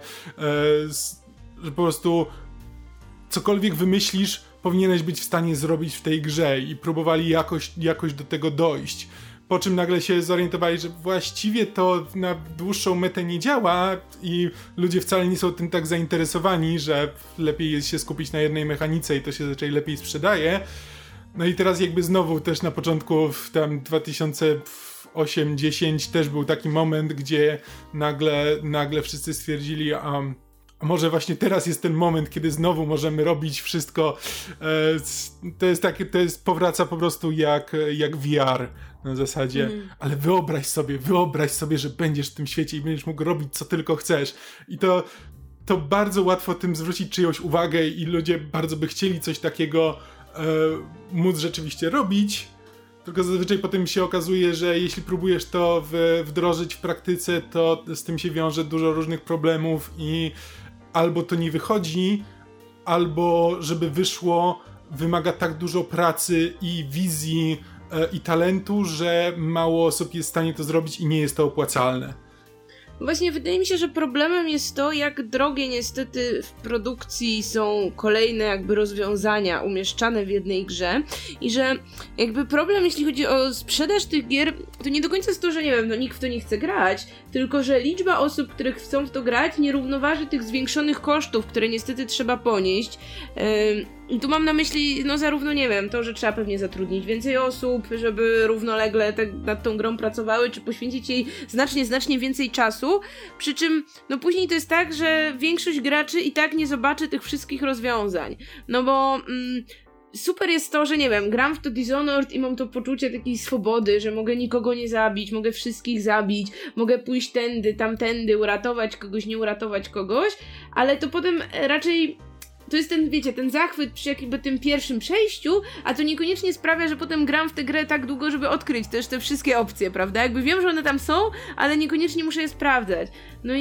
że po prostu cokolwiek wymyślisz, powinieneś być w stanie zrobić w tej grze i próbowali jakoś do tego dojść. Po czym nagle się zorientowali, że właściwie to na dłuższą metę nie działa i ludzie wcale nie są tym tak zainteresowani, że lepiej jest się skupić na jednej mechanice i to się raczej lepiej sprzedaje. No i teraz jakby znowu też na początku w tam 2008-10 też był taki moment, gdzie nagle wszyscy stwierdzili, a może właśnie teraz jest ten moment, kiedy znowu możemy robić wszystko. To powraca po prostu jak VR na zasadzie, ale wyobraź sobie, że będziesz w tym świecie i będziesz mógł robić co tylko chcesz. I to bardzo łatwo tym zwrócić czyjąś uwagę i ludzie bardzo by chcieli coś takiego móc rzeczywiście robić, tylko zazwyczaj potem się okazuje, że jeśli próbujesz to wdrożyć w praktyce, to z tym się wiąże dużo różnych problemów i albo to nie wychodzi, albo żeby wyszło, wymaga tak dużo pracy i wizji i talentu, że mało osób jest w stanie to zrobić i nie jest to opłacalne. Właśnie wydaje mi się, że problemem jest to, jak drogie niestety w produkcji są kolejne jakby rozwiązania umieszczane w jednej grze i że jakby problem, jeśli chodzi o sprzedaż tych gier, to nie do końca jest to, że nie wiem, no nikt w to nie chce grać, tylko że liczba osób, które chcą w to grać, nie równoważy tych zwiększonych kosztów, które niestety trzeba ponieść. I tu mam na myśli, no zarówno, nie wiem, to, że trzeba pewnie zatrudnić więcej osób, żeby równolegle nad tą grą pracowały, czy poświęcić jej znacznie więcej czasu, przy czym, no później to jest tak, że większość graczy i tak nie zobaczy tych wszystkich rozwiązań, no bo super jest to, że nie wiem, gram w to Dishonored i mam to poczucie takiej swobody, że mogę nikogo nie zabić, mogę wszystkich zabić, mogę pójść tędy, tamtędy, uratować kogoś, nie uratować kogoś, ale to potem raczej to jest ten, wiecie, ten zachwyt przy jakby tym pierwszym przejściu, a to niekoniecznie sprawia, że potem gram w tę grę tak długo, żeby odkryć też te wszystkie opcje, prawda? Jakby wiem, że one tam są, ale niekoniecznie muszę je sprawdzać. No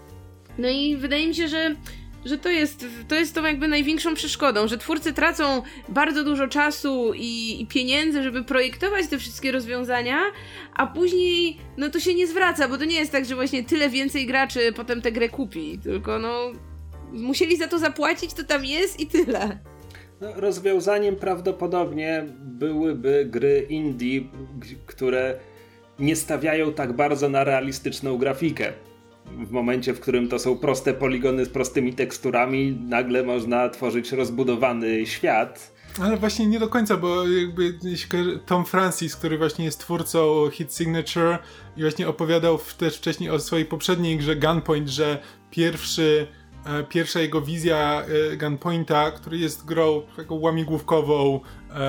i wydaje mi się, że to jest tą jakby największą przeszkodą, że twórcy tracą bardzo dużo czasu i pieniędzy, żeby projektować te wszystkie rozwiązania, a później no to się nie zwraca, bo to nie jest tak, że właśnie tyle więcej graczy potem tę grę kupi, tylko no musieli za to zapłacić, to tam jest i tyle. No, rozwiązaniem prawdopodobnie byłyby gry indie, które nie stawiają tak bardzo na realistyczną grafikę. W momencie, w którym to są proste poligony z prostymi teksturami, nagle można tworzyć rozbudowany świat. Ale właśnie nie do końca, bo jakby Tom Francis, który właśnie jest twórcą Hit Signature i właśnie opowiadał też wcześniej o swojej poprzedniej grze Gunpoint, że pierwsza jego wizja Gunpointa, który jest grą taką łamigłówkową,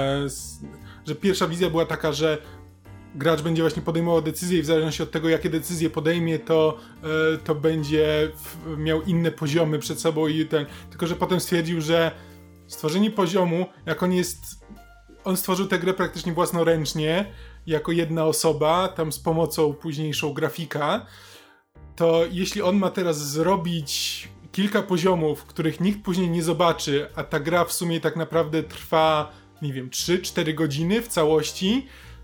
że pierwsza wizja była taka, że gracz będzie właśnie podejmował decyzje i w zależności od tego, jakie decyzje podejmie, to będzie miał inne poziomy przed sobą tylko że potem stwierdził, że stworzenie poziomu, jak on stworzył tę grę praktycznie własnoręcznie, jako jedna osoba, tam z pomocą późniejszą grafika, to jeśli on ma teraz zrobić kilka poziomów, których nikt później nie zobaczy, a ta gra w sumie tak naprawdę trwa, nie wiem, 3-4 godziny w całości,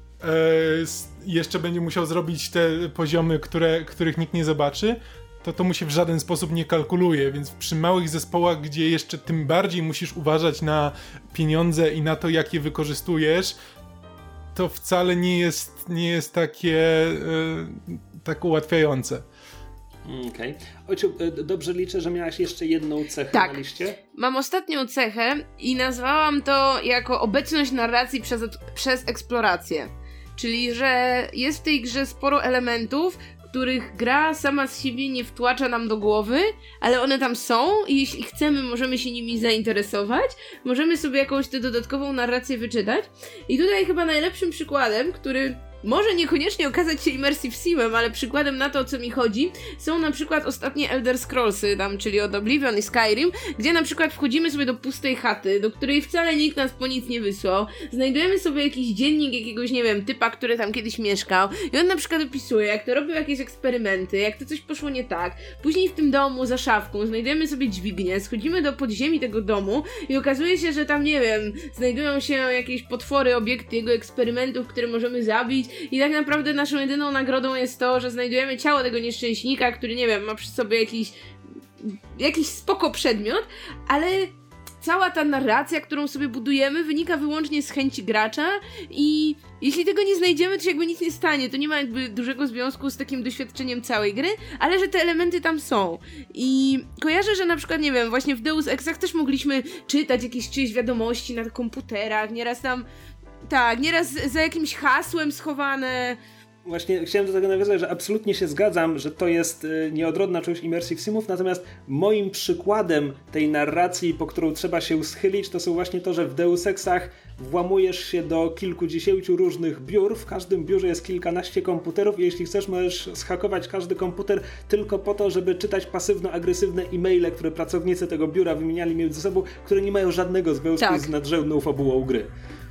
jeszcze będzie musiał zrobić te poziomy, których nikt nie zobaczy, to mu się w żaden sposób nie kalkuluje, więc przy małych zespołach, gdzie jeszcze tym bardziej musisz uważać na pieniądze i na to, jak je wykorzystujesz, to wcale nie jest takie tak ułatwiające. Okej. Ojciec, dobrze liczę, że miałaś jeszcze jedną cechę na liście? Mam ostatnią cechę i nazwałam to jako obecność narracji przez eksplorację. Czyli, że jest w tej grze sporo elementów, których gra sama z siebie nie wtłacza nam do głowy, ale one tam są i jeśli chcemy, możemy się nimi zainteresować, możemy sobie jakąś tę dodatkową narrację wyczytać. I tutaj chyba najlepszym przykładem, który może niekoniecznie okazać się Immersive Simem, ale przykładem na to, o co mi chodzi, są na przykład ostatnie Elder Scrollsy, czyli od Oblivion i Skyrim, gdzie na przykład wchodzimy sobie do pustej chaty, do której wcale nikt nas po nic nie wysłał, znajdujemy sobie jakiś dziennik jakiegoś, nie wiem, typa, który tam kiedyś mieszkał i on na przykład opisuje, jak to robił jakieś eksperymenty, jak to coś poszło nie tak. Później w tym domu, za szafką, znajdujemy sobie dźwignię, schodzimy do podziemi tego domu i okazuje się, że tam, nie wiem, znajdują się jakieś potwory, obiekty jego eksperymentów, które możemy zabić. I tak naprawdę naszą jedyną nagrodą jest to, że znajdujemy ciało tego nieszczęśnika, który, nie wiem, ma przy sobie jakiś spoko przedmiot, ale cała ta narracja, którą sobie budujemy, wynika wyłącznie z chęci gracza i jeśli tego nie znajdziemy, to się jakby nic nie stanie. To nie ma jakby dużego związku z takim doświadczeniem całej gry, ale że te elementy tam są. I kojarzę, że na przykład, nie wiem, właśnie w Deus Exach też mogliśmy czytać jakieś czyjeś wiadomości na komputerach, nieraz tam nieraz za jakimś hasłem schowane. Właśnie chciałem do tego nawiązać, że absolutnie się zgadzam, że to jest nieodrodna część Immersive Simów, natomiast moim przykładem tej narracji, po którą trzeba się schylić, to są właśnie to, że w Deus Exach włamujesz się do kilkudziesięciu różnych biur, w każdym biurze jest kilkanaście komputerów i jeśli chcesz, możesz zhakować każdy komputer tylko po to, żeby czytać pasywno-agresywne e-maile, które pracownicy tego biura wymieniali między sobą, które nie mają żadnego związku z nadrzędną fabułą gry.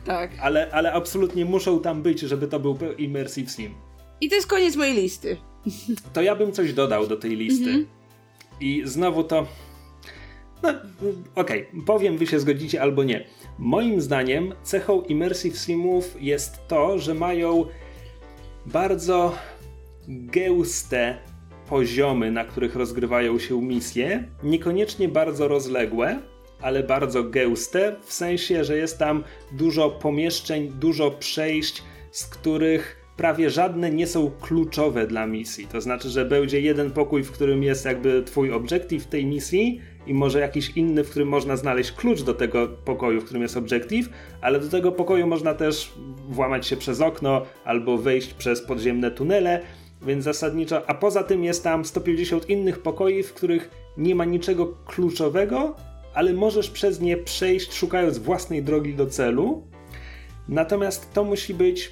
Tak. Ale absolutnie muszą tam być, żeby to był Immersive Sim. I to jest koniec mojej listy. To ja bym coś dodał do tej listy. I znowu to... No, okej, powiem, wy się zgodzicie albo nie. Moim zdaniem cechą Immersive Simów jest to, że mają bardzo gęste poziomy, na których rozgrywają się misje. Niekoniecznie bardzo rozległe, ale bardzo gęste, w sensie, że jest tam dużo pomieszczeń, dużo przejść, z których prawie żadne nie są kluczowe dla misji. To znaczy, że będzie jeden pokój, w którym jest jakby twój objective tej misji i może jakiś inny, w którym można znaleźć klucz do tego pokoju, w którym jest objective, ale do tego pokoju można też włamać się przez okno albo wejść przez podziemne tunele, więc zasadniczo, a poza tym jest tam 150 innych pokoi, w których nie ma niczego kluczowego, ale możesz przez nie przejść, szukając własnej drogi do celu. Natomiast to musi być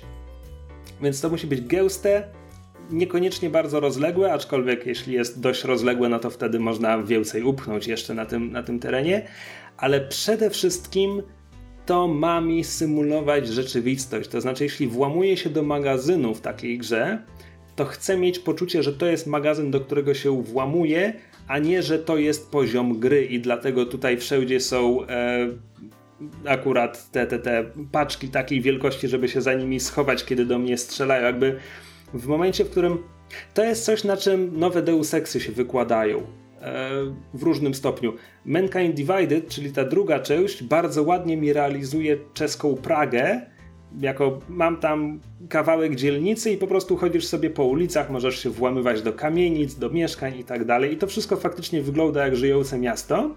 gęste, niekoniecznie bardzo rozległe, aczkolwiek jeśli jest dość rozległe, no to wtedy można więcej upchnąć jeszcze na tym terenie, ale przede wszystkim to ma mi symulować rzeczywistość. To znaczy, jeśli włamuję się do magazynu w takiej grze, to chcę mieć poczucie, że to jest magazyn, do którego się włamuję, a nie, że to jest poziom gry i dlatego tutaj wszędzie są akurat te paczki takiej wielkości, żeby się za nimi schować, kiedy do mnie strzelają. Jakby w momencie, w którym to jest coś, na czym nowe Deus Exy się wykładają w różnym stopniu. Mankind Divided, czyli ta druga część, bardzo ładnie mi realizuje czeską Pragę, jako mam tam kawałek dzielnicy i po prostu chodzisz sobie po ulicach, możesz się włamywać do kamienic, do mieszkań i tak dalej. I to wszystko faktycznie wygląda jak żyjące miasto.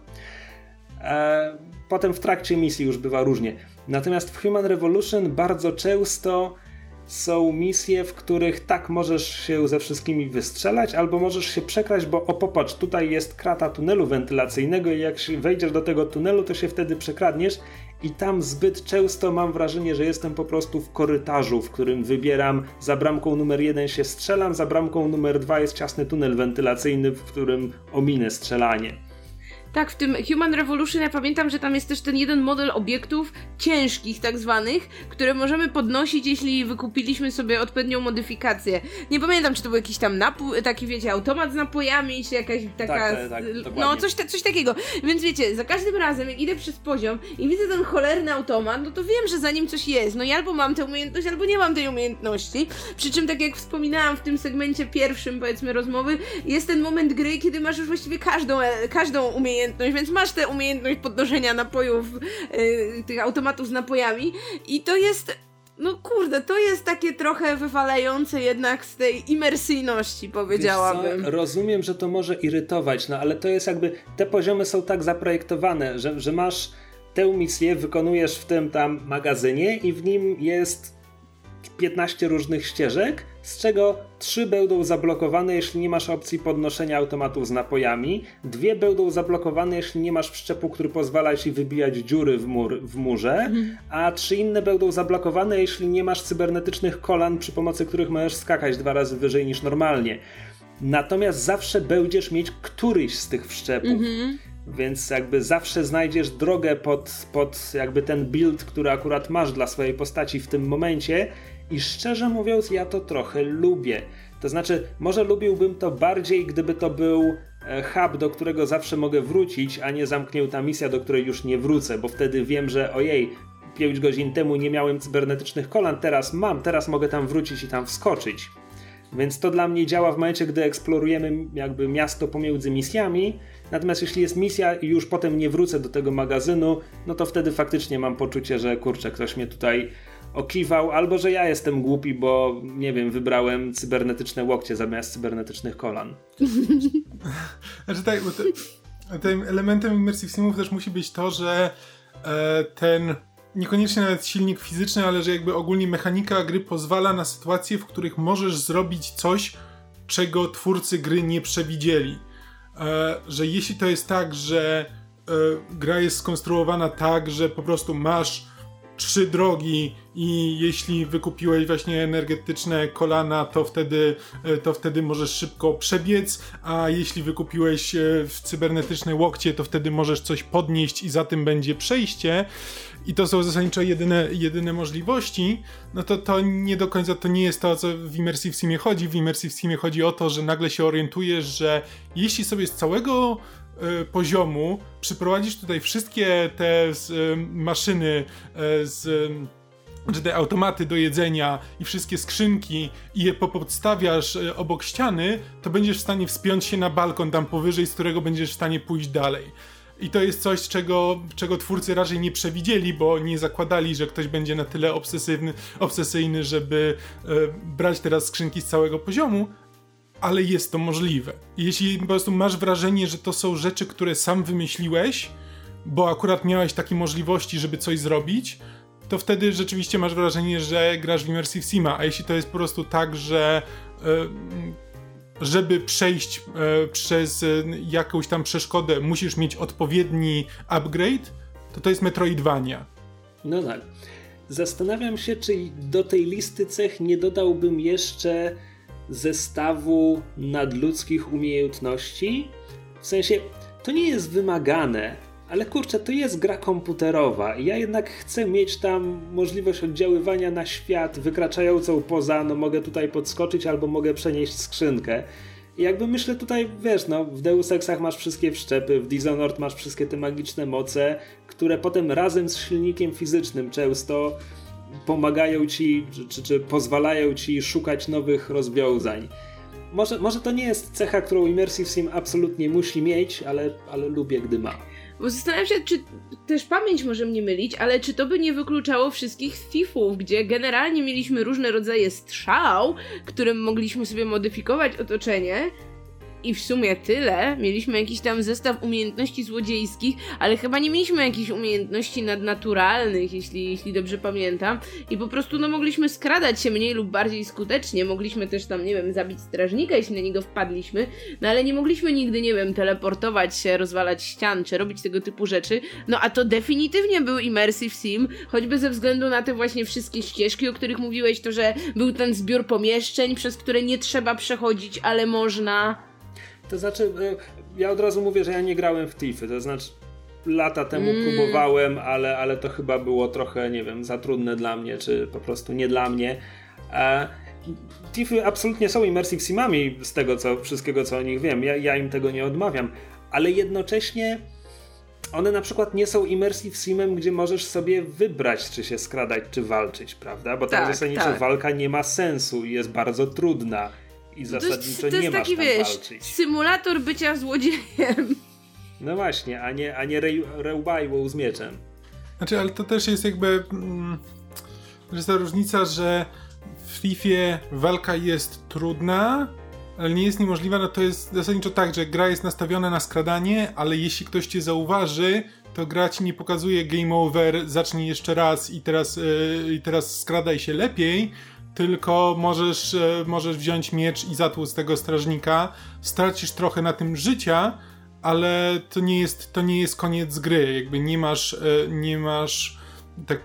Potem w trakcie misji już bywa różnie. Natomiast w Human Revolution bardzo często są misje, w których tak możesz się ze wszystkimi wystrzelać, albo możesz się przekraść, bo popatrz, tutaj jest krata tunelu wentylacyjnego i jak się wejdziesz do tego tunelu, to się wtedy przekradniesz i tam zbyt często mam wrażenie, że jestem po prostu w korytarzu, w którym wybieram, za bramką numer 1 się strzelam, za bramką numer 2 jest ciasny tunel wentylacyjny, w którym ominę strzelanie. Tak, w tym Human Revolution ja pamiętam, że tam jest też ten jeden model obiektów ciężkich tak zwanych, które możemy podnosić, jeśli wykupiliśmy sobie odpowiednią modyfikację. Nie pamiętam, czy to był jakiś tam taki wiecie, automat z napojami, czy jakaś taka... Tak, no coś takiego. Więc wiecie, za każdym razem jak idę przez poziom i widzę ten cholerny automat, no to wiem, że za nim coś jest. No i albo mam tę umiejętność, albo nie mam tej umiejętności. Przy czym, tak jak wspominałam w tym segmencie pierwszym, powiedzmy, rozmowy, jest ten moment gry, kiedy masz już właściwie każdą umiejętność, więc masz tę umiejętność podnoszenia napojów, tych automatów z napojami i to jest, no kurde, to jest takie trochę wywalające jednak z tej imersyjności, powiedziałabym. Wiesz co? Rozumiem, że to może irytować, no ale to jest jakby, te poziomy są tak zaprojektowane, że masz tę misję, wykonujesz w tym tam magazynie i w nim jest 15 różnych ścieżek, z czego 3 będą zablokowane, jeśli nie masz opcji podnoszenia automatów z napojami, 2 będą zablokowane, jeśli nie masz wszczepu, który pozwala ci wybijać dziury w murze, a 3 inne będą zablokowane, jeśli nie masz cybernetycznych kolan, przy pomocy których możesz skakać 2 razy wyżej niż normalnie. Natomiast zawsze będziesz mieć któryś z tych wszczepów. Więc jakby zawsze znajdziesz drogę pod jakby ten build, który akurat masz dla swojej postaci w tym momencie i szczerze mówiąc ja to trochę lubię. To znaczy może lubiłbym to bardziej, gdyby to był hub, do którego zawsze mogę wrócić, a nie zamknięta misja, do której już nie wrócę, bo wtedy wiem, że ojej, 5 godzin temu nie miałem cybernetycznych kolan, teraz mogę tam wrócić i tam wskoczyć. Więc to dla mnie działa w momencie, gdy eksplorujemy jakby miasto pomiędzy misjami. Natomiast jeśli jest misja i już potem nie wrócę do tego magazynu, no to wtedy faktycznie mam poczucie, że kurczę, ktoś mnie tutaj okiwał, albo że ja jestem głupi, bo nie wiem, wybrałem cybernetyczne łokcie zamiast cybernetycznych kolan. Znaczy tak, bo tym elementem Immersive Simów też musi być to, że ten niekoniecznie nawet silnik fizyczny, ale że jakby ogólnie mechanika gry pozwala na sytuacje, w których możesz zrobić coś, czego twórcy gry nie przewidzieli. Że jeśli to jest tak, że gra jest skonstruowana tak, że po prostu masz 3 drogi i jeśli wykupiłeś właśnie energetyczne kolana, to wtedy możesz szybko przebiec, a jeśli wykupiłeś w cybernetyczne łokcie, to wtedy możesz coś podnieść i za tym będzie przejście. I to są zasadniczo jedyne możliwości, no to nie do końca to nie jest to, o co w Immersive Simie chodzi. W Immersive Simie chodzi o to, że nagle się orientujesz, że jeśli sobie z całego poziomu przyprowadzisz tutaj wszystkie te maszyny czy te automaty do jedzenia i wszystkie skrzynki i je popodstawiasz obok ściany, to będziesz w stanie wspiąć się na balkon tam powyżej, z którego będziesz w stanie pójść dalej. I to jest coś, czego twórcy raczej nie przewidzieli, bo nie zakładali, że ktoś będzie na tyle obsesyjny, żeby brać teraz skrzynki z całego poziomu, ale jest to możliwe. Jeśli po prostu masz wrażenie, że to są rzeczy, które sam wymyśliłeś, bo akurat miałeś takie możliwości, żeby coś zrobić, to wtedy rzeczywiście masz wrażenie, że grasz w Immersive Sima, a jeśli to jest po prostu tak, że żeby przejść przez jakąś tam przeszkodę musisz mieć odpowiedni upgrade, to jest Metroidvania. No tak. Zastanawiam się, czy do tej listy cech nie dodałbym jeszcze zestawu nadludzkich umiejętności. W sensie, to nie jest wymagane, ale kurczę, to jest gra komputerowa i ja jednak chcę mieć tam możliwość oddziaływania na świat wykraczającą poza, no mogę tutaj podskoczyć albo mogę przenieść skrzynkę. I jakby myślę tutaj, wiesz, no w Deus Exach masz wszystkie wszczepy, w Dishonored masz wszystkie te magiczne moce, które potem razem z silnikiem fizycznym często pomagają ci, czy pozwalają ci szukać nowych rozwiązań. Może to nie jest cecha, którą Immersive Sim absolutnie musi mieć, ale lubię, gdy ma. Bo zastanawiam się, czy też pamięć może mnie mylić, ale czy to by nie wykluczało wszystkich Thiefów, gdzie generalnie mieliśmy różne rodzaje strzał, którym mogliśmy sobie modyfikować otoczenie. I w sumie tyle. Mieliśmy jakiś tam zestaw umiejętności złodziejskich, ale chyba nie mieliśmy jakichś umiejętności nadnaturalnych, jeśli dobrze pamiętam. I po prostu mogliśmy skradać się mniej lub bardziej skutecznie. Mogliśmy też tam, nie wiem, zabić strażnika, jeśli na niego wpadliśmy. No ale nie mogliśmy nigdy, nie wiem, teleportować się, rozwalać ścian, czy robić tego typu rzeczy. No a to definitywnie był Immersive Sim, choćby ze względu na te właśnie wszystkie ścieżki, o których mówiłeś, to, że był ten zbiór pomieszczeń, przez które nie trzeba przechodzić, ale można... To znaczy, ja od razu mówię, że ja nie grałem w Thiefy, to znaczy lata temu próbowałem, ale to chyba było trochę, nie wiem, za trudne dla mnie, czy po prostu nie dla mnie. Thiefy absolutnie są Immersive Simami z tego wszystkiego, co o nich wiem, ja im tego nie odmawiam, ale jednocześnie one na przykład nie są Immersive Simem, gdzie możesz sobie wybrać, czy się skradać, czy walczyć, prawda? Bo ta zasadnicza walka nie ma sensu i jest bardzo trudna. I zasadniczo nie masz tam walczyć. Symulator bycia złodziejem. No właśnie, a nie rełbajłą z mieczem. Znaczy, ale to też jest jakby... że ta różnica, że w Thiefie walka jest trudna, ale nie jest niemożliwa, no to jest zasadniczo tak, że gra jest nastawiona na skradanie, ale jeśli ktoś cię zauważy, to gra ci nie pokazuje game over, zacznij jeszcze raz i teraz skradaj się lepiej, tylko możesz wziąć miecz i zatłuc tego strażnika, stracisz trochę na tym życia, ale to nie jest koniec gry, jakby nie masz tak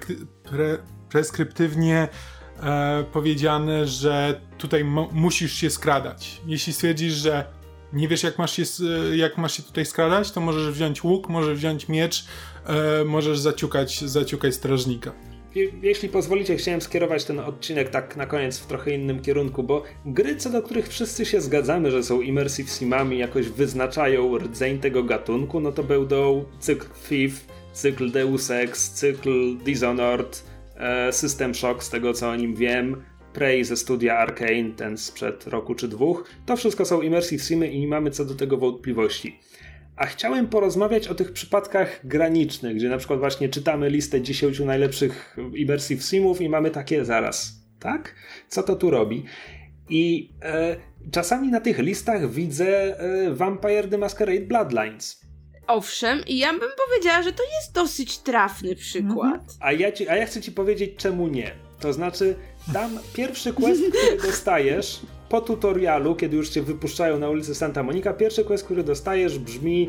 preskryptywnie powiedziane, że tutaj musisz się skradać. Jeśli stwierdzisz, że nie wiesz jak masz się tutaj skradać, to możesz wziąć łuk, możesz wziąć miecz, możesz zaciukać strażnika. Jeśli pozwolicie, chciałem skierować ten odcinek tak na koniec w trochę innym kierunku, bo gry, co do których wszyscy się zgadzamy, że są Immersive Simami, jakoś wyznaczają rdzeń tego gatunku, no to będą cykl Thief, cykl Deus Ex, cykl Dishonored, System Shock, z tego co o nim wiem, Prey ze studia Arkane, ten sprzed roku czy dwóch. To wszystko są Immersive Simy i nie mamy co do tego wątpliwości. A chciałem porozmawiać o tych przypadkach granicznych, gdzie na przykład właśnie czytamy listę 10 najlepszych Immersive Simów i mamy takie zaraz, tak? Co to tu robi? I czasami na tych listach widzę Vampire the Masquerade Bloodlines. Owszem, i ja bym powiedziała, że to jest dosyć trafny przykład. A ja chcę ci powiedzieć, czemu nie. To znaczy, tam pierwszy quest, który dostajesz po tutorialu, kiedy już cię wypuszczają na ulicy Santa Monica, pierwszy quest, który dostajesz brzmi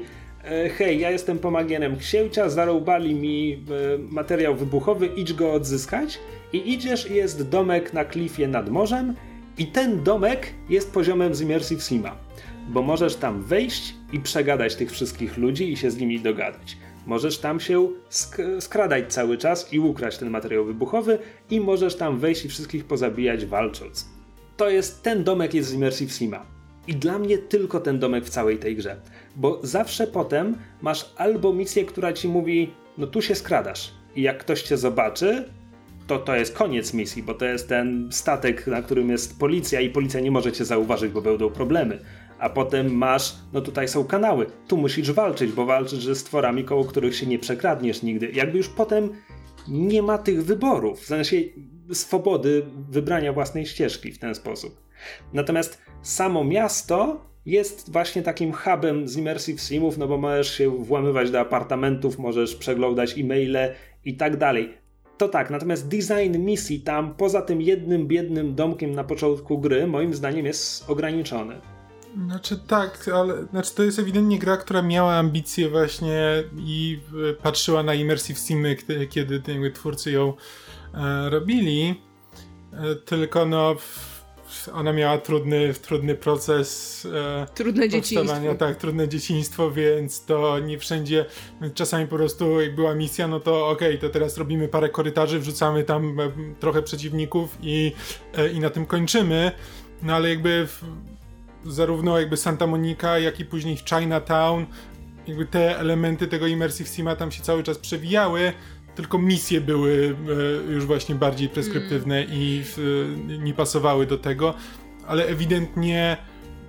hej, ja jestem pomagierem księcia, zarąbali mi materiał wybuchowy, idź go odzyskać i idziesz i jest domek na klifie nad morzem i ten domek jest poziomem z Immersive Sima, bo możesz tam wejść i przegadać tych wszystkich ludzi i się z nimi dogadać. Możesz tam się skradać cały czas i ukraść ten materiał wybuchowy i możesz tam wejść i wszystkich pozabijać walcząc. Ten domek jest z Immersive Sima. I dla mnie tylko ten domek w całej tej grze. Bo zawsze potem masz albo misję, która ci mówi, no tu się skradasz. I jak ktoś cię zobaczy, to jest koniec misji, bo to jest ten statek, na którym jest policja i policja nie może cię zauważyć, bo będą problemy. A potem masz, no tutaj są kanały, tu musisz walczyć, bo walczysz ze stworami, koło których się nie przekradniesz nigdy. Jakby już potem nie ma tych wyborów, w sensie swobody wybrania własnej ścieżki w ten sposób. Natomiast samo miasto jest właśnie takim hubem z Immersive Simów, no bo możesz się włamywać do apartamentów, możesz przeglądać e-maile i tak dalej. To tak, natomiast design misji tam, poza tym jednym biednym domkiem na początku gry, moim zdaniem jest ograniczony. Znaczy tak, ale to jest ewidentnie gra, która miała ambicje właśnie i patrzyła na Immersive Simy, kiedy twórcy ją robili, tylko no ona miała trudny proces trudne dzieciństwo. Tak, trudne dzieciństwo, więc to nie wszędzie, czasami po prostu jak była misja, no to okej, to teraz robimy parę korytarzy, wrzucamy tam trochę przeciwników i na tym kończymy, no ale jakby zarówno jakby Santa Monica, jak i później w Chinatown, jakby te elementy tego Immersive Sima tam się cały czas przewijały, tylko misje były już właśnie bardziej preskryptywne i nie pasowały do tego, ale ewidentnie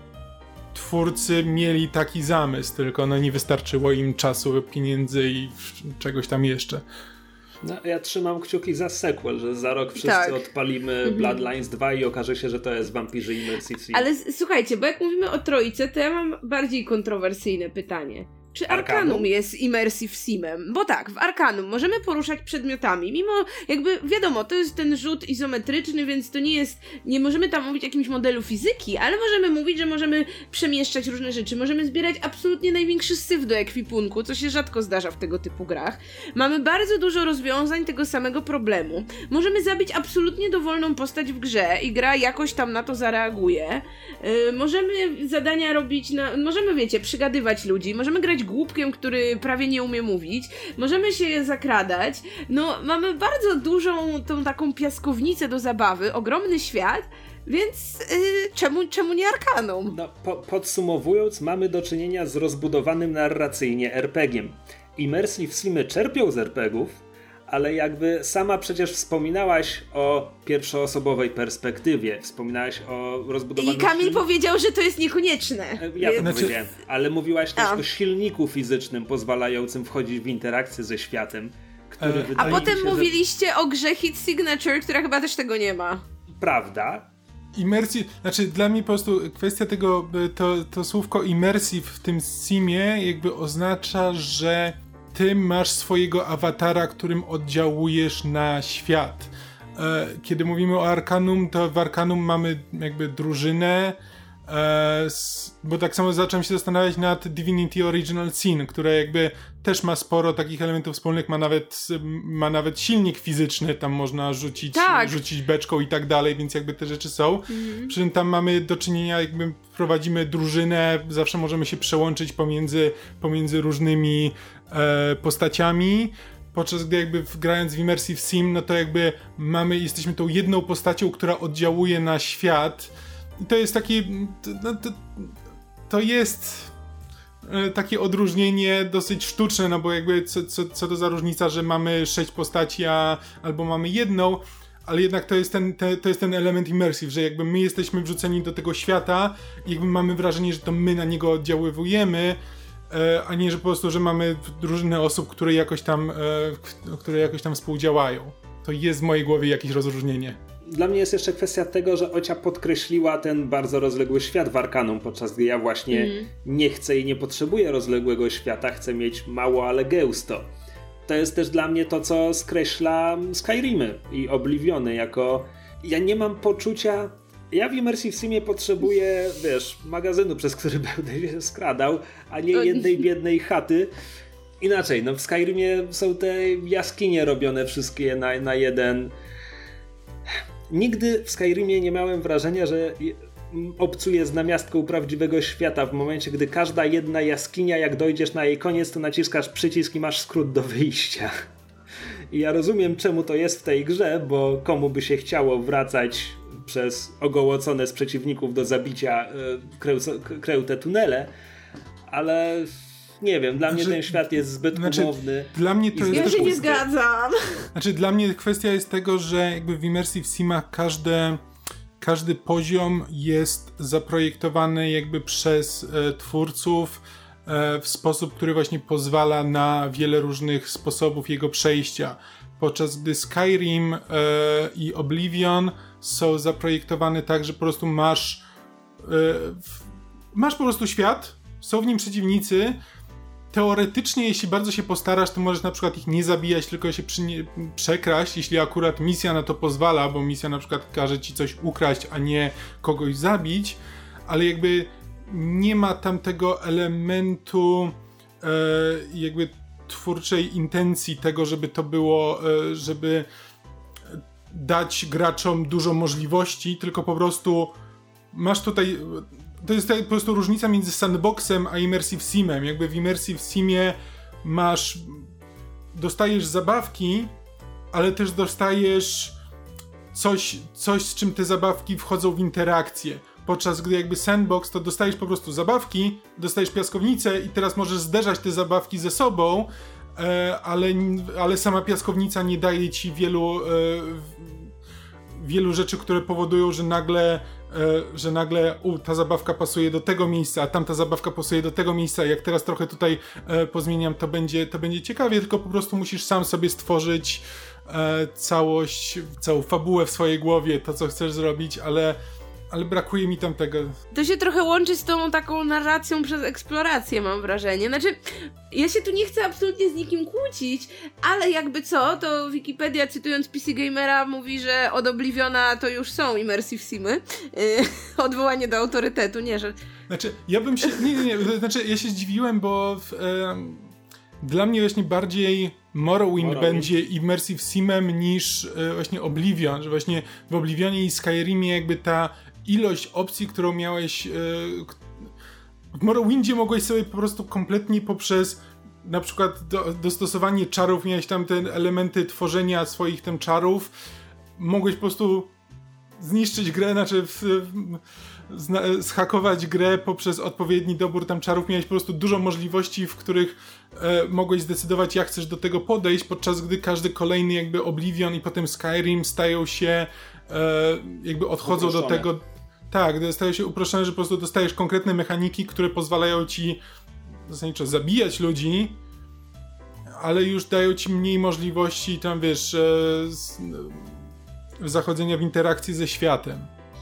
twórcy mieli taki zamysł, tylko no nie wystarczyło im czasu, pieniędzy i czegoś tam jeszcze. No, ja trzymam kciuki za sequel, że za rok wszyscy odpalimy Bloodlines 2 i okaże się, że to jest Vampirzy Immersive Sim. Ale słuchajcie, bo jak mówimy o trójce, to ja mam bardziej kontrowersyjne pytanie. Czy Arcanum jest Immersive Simem? Bo tak, w Arcanum możemy poruszać przedmiotami, mimo jakby wiadomo, to jest ten rzut izometryczny, więc to nie możemy tam mówić o jakimś modelu fizyki, ale możemy mówić, że możemy przemieszczać różne rzeczy, możemy zbierać absolutnie największy syf do ekwipunku, co się rzadko zdarza w tego typu grach. Mamy bardzo dużo rozwiązań tego samego problemu. Możemy zabić absolutnie dowolną postać w grze i gra jakoś tam na to zareaguje. Możemy zadania robić, możemy, wiecie, przygadywać ludzi, możemy grać głupkiem, który prawie nie umie mówić. Możemy się zakradać. No, mamy bardzo dużą tą taką piaskownicę do zabawy, ogromny świat, więc czemu nie Arcanum? No, podsumowując, mamy do czynienia z rozbudowanym narracyjnie RPG-iem. Immersive Simy czerpią z RPG-ów, ale jakby sama przecież wspominałaś o pierwszoosobowej perspektywie, wspominałaś o rozbudowanym... I Kamil powiedział, że to jest niekonieczne. Ja to powiedziałem, ale mówiłaś też o silniku fizycznym pozwalającym wchodzić w interakcję ze światem, który A potem mówiliście o grze Hit Signature, która chyba też tego nie ma. Prawda? Dla mnie po prostu kwestia tego, to słówko immersive w tym simie jakby oznacza, że ty masz swojego awatara, którym oddziałujesz na świat. Kiedy mówimy o Arcanum, to w Arcanum mamy jakby drużynę, bo tak samo zacząłem się zastanawiać nad Divinity Original Sin, które jakby też ma sporo takich elementów wspólnych, ma nawet silnik fizyczny, tam można rzucić beczką i tak dalej, więc jakby te rzeczy są. Przy czym tam mamy do czynienia, jakby prowadzimy drużynę, zawsze możemy się przełączyć pomiędzy różnymi postaciami, podczas gdy jakby grając w Immersive Sim, no to jakby jesteśmy tą jedną postacią, która oddziałuje na świat. I to jest to jest takie odróżnienie dosyć sztuczne, no bo jakby co to za różnica, że mamy 6 postaci, albo mamy jedną, ale jednak to jest ten element immersive, że jakby my jesteśmy wrzuceni do tego świata i jakby mamy wrażenie, że to my na niego oddziaływujemy, a nie, że po prostu, że mamy drużynę osób, które jakoś tam współdziałają. To jest w mojej głowie jakieś rozróżnienie. Dla mnie jest jeszcze kwestia tego, że Ocia podkreśliła ten bardzo rozległy świat w Arcanum, podczas gdy ja właśnie nie chcę i nie potrzebuję rozległego świata, chcę mieć mało, ale gęsto. To jest też dla mnie to, co skreśla Skyrimy i Obliviony, jako... Ja nie mam poczucia Ja w Immersive Simie potrzebuję, magazynu, przez który będę się skradał, a nie jednej biednej chaty. Inaczej, w Skyrimie są te jaskinie robione wszystkie na jeden. Nigdy w Skyrimie nie miałem wrażenia, że obcuję z namiastką prawdziwego świata w momencie, gdy każda jedna jaskinia, jak dojdziesz na jej koniec, to naciskasz przycisk i masz skrót do wyjścia. I ja rozumiem, czemu to jest w tej grze, bo komu by się chciało wracać przez ogołocone z przeciwników do zabicia kreute tunele, ale nie wiem, dla mnie ten świat jest zbyt umowny. Dla mnie to jest ja się nie zgadzam. Dla mnie kwestia jest tego, że jakby w Immersive Simach każdy poziom jest zaprojektowany jakby przez twórców w sposób, który właśnie pozwala na wiele różnych sposobów jego przejścia. Podczas gdy Skyrim i Oblivion są zaprojektowane tak, że po prostu masz po prostu świat, są w nim przeciwnicy. Teoretycznie, jeśli bardzo się postarasz, to możesz na przykład ich nie zabijać, tylko się przekraść, jeśli akurat misja na to pozwala, bo misja na przykład każe ci coś ukraść, a nie kogoś zabić, ale jakby nie ma tam tego elementu jakby twórczej intencji tego, żeby to było, żeby dać graczom dużo możliwości, tylko po prostu masz tutaj... To jest po prostu różnica między sandboxem a Immersive Simem. Jakby w Immersive Simie dostajesz zabawki, ale też dostajesz coś, z czym te zabawki wchodzą w interakcję. Podczas gdy jakby sandbox, to dostajesz po prostu zabawki, dostajesz piaskownicę i teraz możesz zderzać te zabawki ze sobą, ale sama piaskownica nie daje ci wielu rzeczy, które powodują, że nagle ta zabawka pasuje do tego miejsca, a tamta zabawka pasuje do tego miejsca. Jak teraz trochę tutaj pozmieniam, to będzie ciekawie, tylko po prostu musisz sam sobie stworzyć całą fabułę w swojej głowie, to co chcesz zrobić, ale brakuje mi tam tego. To się trochę łączy z tą taką narracją przez eksplorację, mam wrażenie. Znaczy, ja się tu nie chcę absolutnie z nikim kłócić, ale jakby co, to Wikipedia, cytując PC Gamera, mówi, że od Obliviona to już są Immersive Simy. Odwołanie do autorytetu, nie, że... Znaczy, ja bym się... Nie. Znaczy, ja się zdziwiłem, bo dla mnie właśnie bardziej Morrowind będzie Immersive Simem niż właśnie Oblivion, że właśnie w Oblivionie i Skyrimie jakby ta ilość opcji, którą miałeś w Morrowindzie mogłeś sobie po prostu kompletnie poprzez na przykład dostosowanie czarów, miałeś tam te elementy tworzenia swoich tam czarów, mogłeś po prostu zniszczyć grę, znaczy zhakować grę poprzez odpowiedni dobór tam czarów. Miałeś po prostu dużo możliwości, w których mogłeś zdecydować, jak chcesz do tego podejść, podczas gdy każdy kolejny jakby Oblivion i potem Skyrim stają się jakby odchodzą do tego, tak, stają się uproszczone, że po prostu dostajesz konkretne mechaniki, które pozwalają ci zasadniczo zabijać ludzi, ale już dają ci mniej możliwości tam, wiesz, zachodzenia w interakcji ze światem.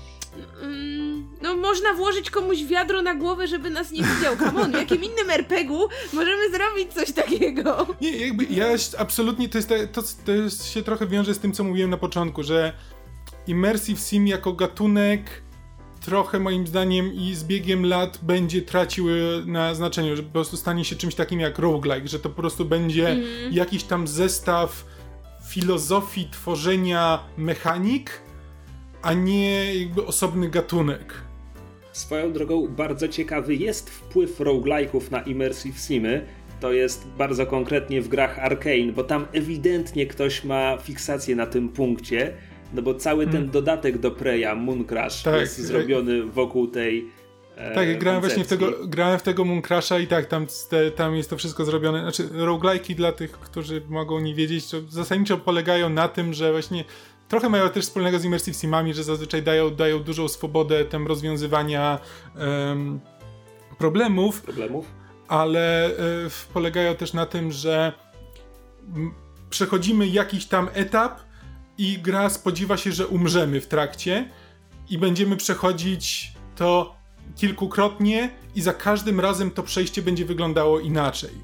No można włożyć komuś wiadro na głowę, żeby nas nie widział. Come on, w jakim innym RPG-u możemy zrobić coś takiego? Nie, jakby ja absolutnie, to się trochę wiąże z tym, co mówiłem na początku, że Immersive Sim jako gatunek trochę moim zdaniem i z biegiem lat będzie tracił na znaczeniu, że po prostu stanie się czymś takim jak roguelike, że to po prostu będzie jakiś tam zestaw filozofii tworzenia mechanik, a nie jakby osobny gatunek. Swoją drogą bardzo ciekawy jest wpływ roguelike'ów na Immersive Simy. To jest bardzo konkretnie w grach Arcane, bo tam ewidentnie ktoś ma fiksację na tym punkcie, no bo cały ten dodatek do Preya, Mooncrash, jest zrobiony wokół tej tak, grałem w tego Mooncrasha i tak, tam jest to wszystko zrobione. Znaczy, roguelike'i dla tych, którzy mogą nie wiedzieć, to zasadniczo polegają na tym, że właśnie trochę mają też wspólnego z Immersive Simami, że zazwyczaj dają dużą swobodę tam rozwiązywania problemów, ale polegają też na tym, że przechodzimy jakiś tam etap i gra spodziewa się, że umrzemy w trakcie i będziemy przechodzić to kilkukrotnie i za każdym razem to przejście będzie wyglądało inaczej.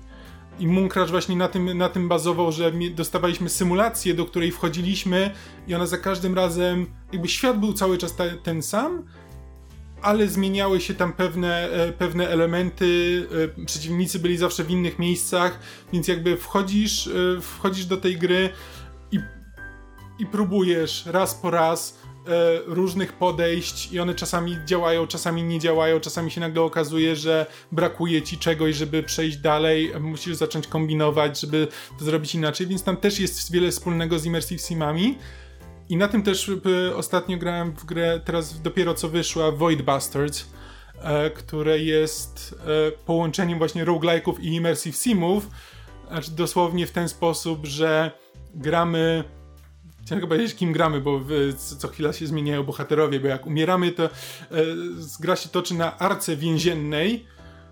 I Mooncrash właśnie na tym bazował, że dostawaliśmy symulację, do której wchodziliśmy i ona za każdym razem, jakby świat był cały czas ten sam, ale zmieniały się tam pewne elementy, przeciwnicy byli zawsze w innych miejscach, więc jakby wchodzisz do tej gry i próbujesz raz po raz różnych podejść i one czasami działają, czasami nie działają, czasami się nagle okazuje, że brakuje ci czegoś, żeby przejść dalej, musisz zacząć kombinować, żeby to zrobić inaczej, więc tam też jest wiele wspólnego z Immersive Simami. I na tym też ostatnio grałem w grę, teraz dopiero co wyszła, Void Bastards, które jest połączeniem właśnie roguelike'ów i Immersive Simów, znaczy dosłownie w ten sposób, że gramy, chciałem powiedzieć kim gramy, bo co chwila się zmieniają bohaterowie, bo jak umieramy, to gra się toczy na arce więziennej,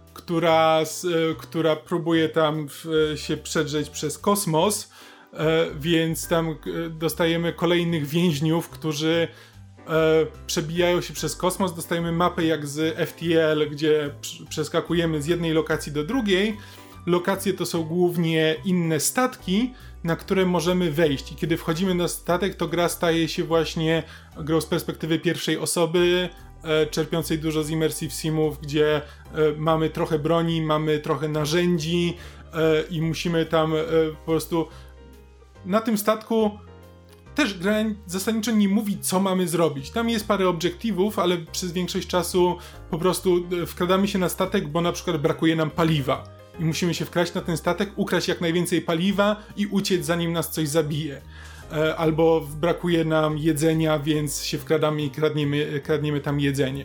która próbuje tam się przedrzeć przez kosmos, więc tam dostajemy kolejnych więźniów, którzy przebijają się przez kosmos, dostajemy mapę jak z FTL, gdzie przeskakujemy z jednej lokacji do drugiej. Lokacje to są głównie inne statki, na które możemy wejść i kiedy wchodzimy na statek, to gra staje się właśnie grą z perspektywy pierwszej osoby, czerpiącej dużo z Immersive Simów, gdzie mamy trochę broni, mamy trochę narzędzi i musimy tam po prostu na tym statku też gra zasadniczo nie mówi, co mamy zrobić. Tam jest parę obiektywów, ale przez większość czasu po prostu wkradamy się na statek, bo na przykład brakuje nam paliwa i musimy się wkraść na ten statek, ukraść jak najwięcej paliwa i uciec, zanim nas coś zabije. Albo brakuje nam jedzenia, więc się wkradamy i kradniemy tam jedzenie.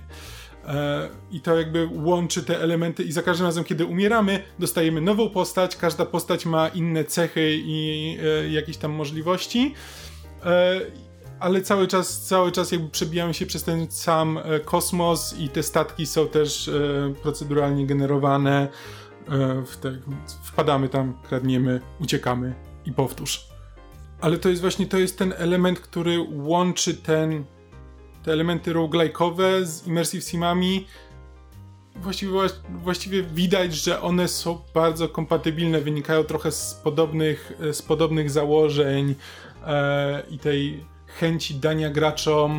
I to jakby łączy te elementy i za każdym razem, kiedy umieramy, dostajemy nową postać, każda postać ma inne cechy i jakieś tam możliwości, ale cały czas jakby przebijamy się przez ten sam kosmos i te statki są też proceduralnie generowane, wpadamy tam, kradniemy, uciekamy i powtórz. Ale to jest ten element, który łączy te elementy roguelike'owe z Immersive Simami. Właściwie widać, że one są bardzo kompatybilne, wynikają trochę z podobnych założeń i tej chęci dania graczom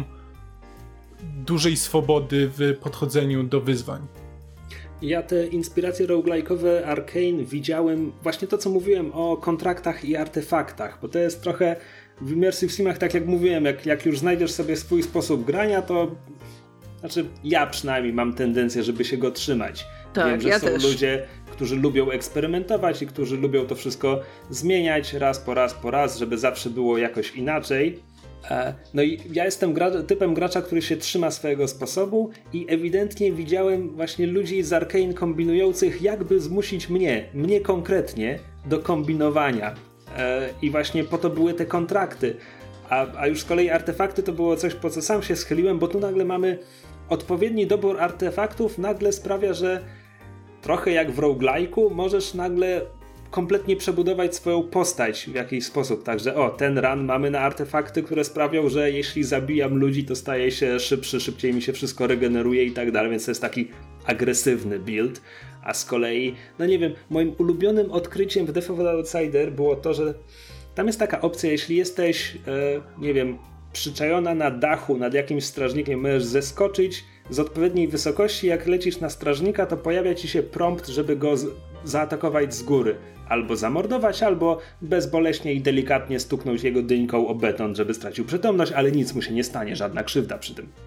dużej swobody w podchodzeniu do wyzwań. Ja te inspiracje roguelike'owe Arcane widziałem właśnie to, co mówiłem o kontraktach i artefaktach, bo to jest trochę w Immersive Simach, tak jak mówiłem, jak już znajdziesz sobie swój sposób grania, to znaczy ja przynajmniej mam tendencję, żeby się go trzymać. Tak, wiem, że ja są też. ludzie, którzy lubią eksperymentować i którzy lubią to wszystko zmieniać raz po raz, żeby zawsze było jakoś inaczej. No i ja jestem typem gracza, który się trzyma swojego sposobu i ewidentnie widziałem właśnie ludzi z Arcane kombinujących, jakby zmusić mnie konkretnie do kombinowania. I właśnie po to były te kontrakty. A już z kolei artefakty to było coś, po co sam się schyliłem, bo tu nagle mamy odpowiedni dobór artefaktów, nagle sprawia, że trochę jak w roguelike'u możesz nagle kompletnie przebudować swoją postać w jakiś sposób. Także ten run mamy na artefakty, które sprawią, że jeśli zabijam ludzi, to staję się szybszy, szybciej mi się wszystko regeneruje i tak dalej, więc to jest taki agresywny build. A z kolei, no nie wiem, moim ulubionym odkryciem w Death of the Outsider było to, że tam jest taka opcja, jeśli jesteś, nie wiem, przyczajona na dachu nad jakimś strażnikiem, możesz zeskoczyć z odpowiedniej wysokości, jak lecisz na strażnika, to pojawia ci się prompt, żeby go zaatakować z góry. Albo zamordować, albo bezboleśnie i delikatnie stuknąć jego dyńką o beton, żeby stracił przytomność, ale nic mu się nie stanie, żadna krzywda przy tym.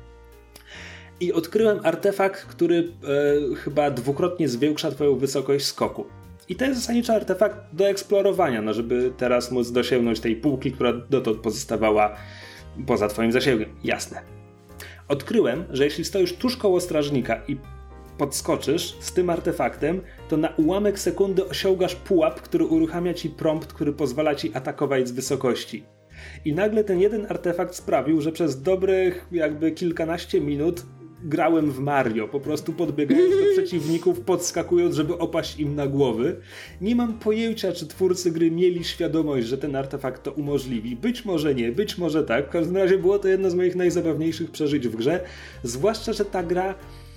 I odkryłem artefakt, który chyba dwukrotnie zwiększa twoją wysokość skoku. I to jest zasadniczo artefakt do eksplorowania, no żeby teraz móc dosięgnąć tej półki, która dotąd pozostawała poza twoim zasięgiem. Jasne. Odkryłem, że jeśli stoisz tuż koło strażnika i podskoczysz z tym artefaktem, to na ułamek sekundy osiągasz pułap, który uruchamia ci prompt, który pozwala ci atakować z wysokości. I nagle ten jeden artefakt sprawił, że przez dobrych jakby kilkanaście minut grałem w Mario, po prostu podbiegając do przeciwników, podskakując, żeby opaść im na głowy. Nie mam pojęcia, czy twórcy gry mieli świadomość, że ten artefakt to umożliwi. Być może nie, być może tak. W każdym razie było to jedno z moich najzabawniejszych przeżyć w grze. Zwłaszcza, że ta gra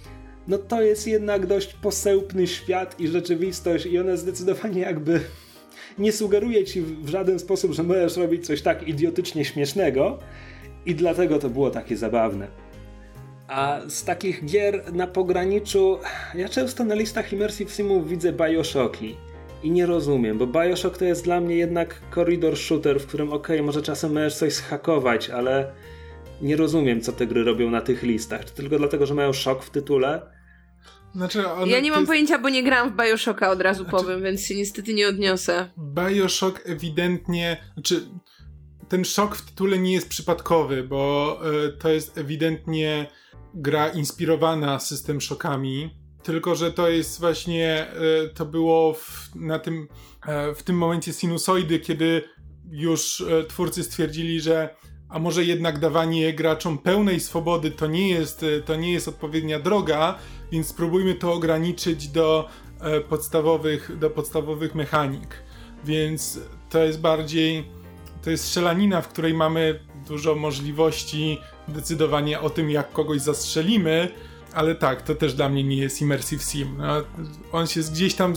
no to jest jednak dość posełpny świat i rzeczywistość i ona zdecydowanie jakby nie sugeruje ci w żaden sposób, że możesz robić coś tak idiotycznie śmiesznego i dlatego to było takie zabawne. A z takich gier na pograniczu, ja często na listach Immersive Simów widzę Bioshocki i nie rozumiem, bo Bioshock to jest dla mnie jednak corridor shooter, w którym może czasem możesz coś zhakować, ale nie rozumiem, co te gry robią na tych listach. Czy tylko dlatego, że mają szok w tytule? Ja nie mam pojęcia, bo nie grałam w Bioshocka, od razu powiem, więc się niestety nie odniosę. Bioshock ewidentnie... ten szok w tytule nie jest przypadkowy, bo to jest ewidentnie gra inspirowana System Shockami, tylko że to jest właśnie, to było w tym momencie sinusoidy, kiedy już twórcy stwierdzili, że a może jednak dawanie graczom pełnej swobody to nie jest odpowiednia droga, więc spróbujmy to ograniczyć do podstawowych mechanik. Więc to jest strzelanina, w której mamy dużo możliwości decydowania o tym, jak kogoś zastrzelimy, ale tak, to też dla mnie nie jest Immersive Sim. No, on się gdzieś tam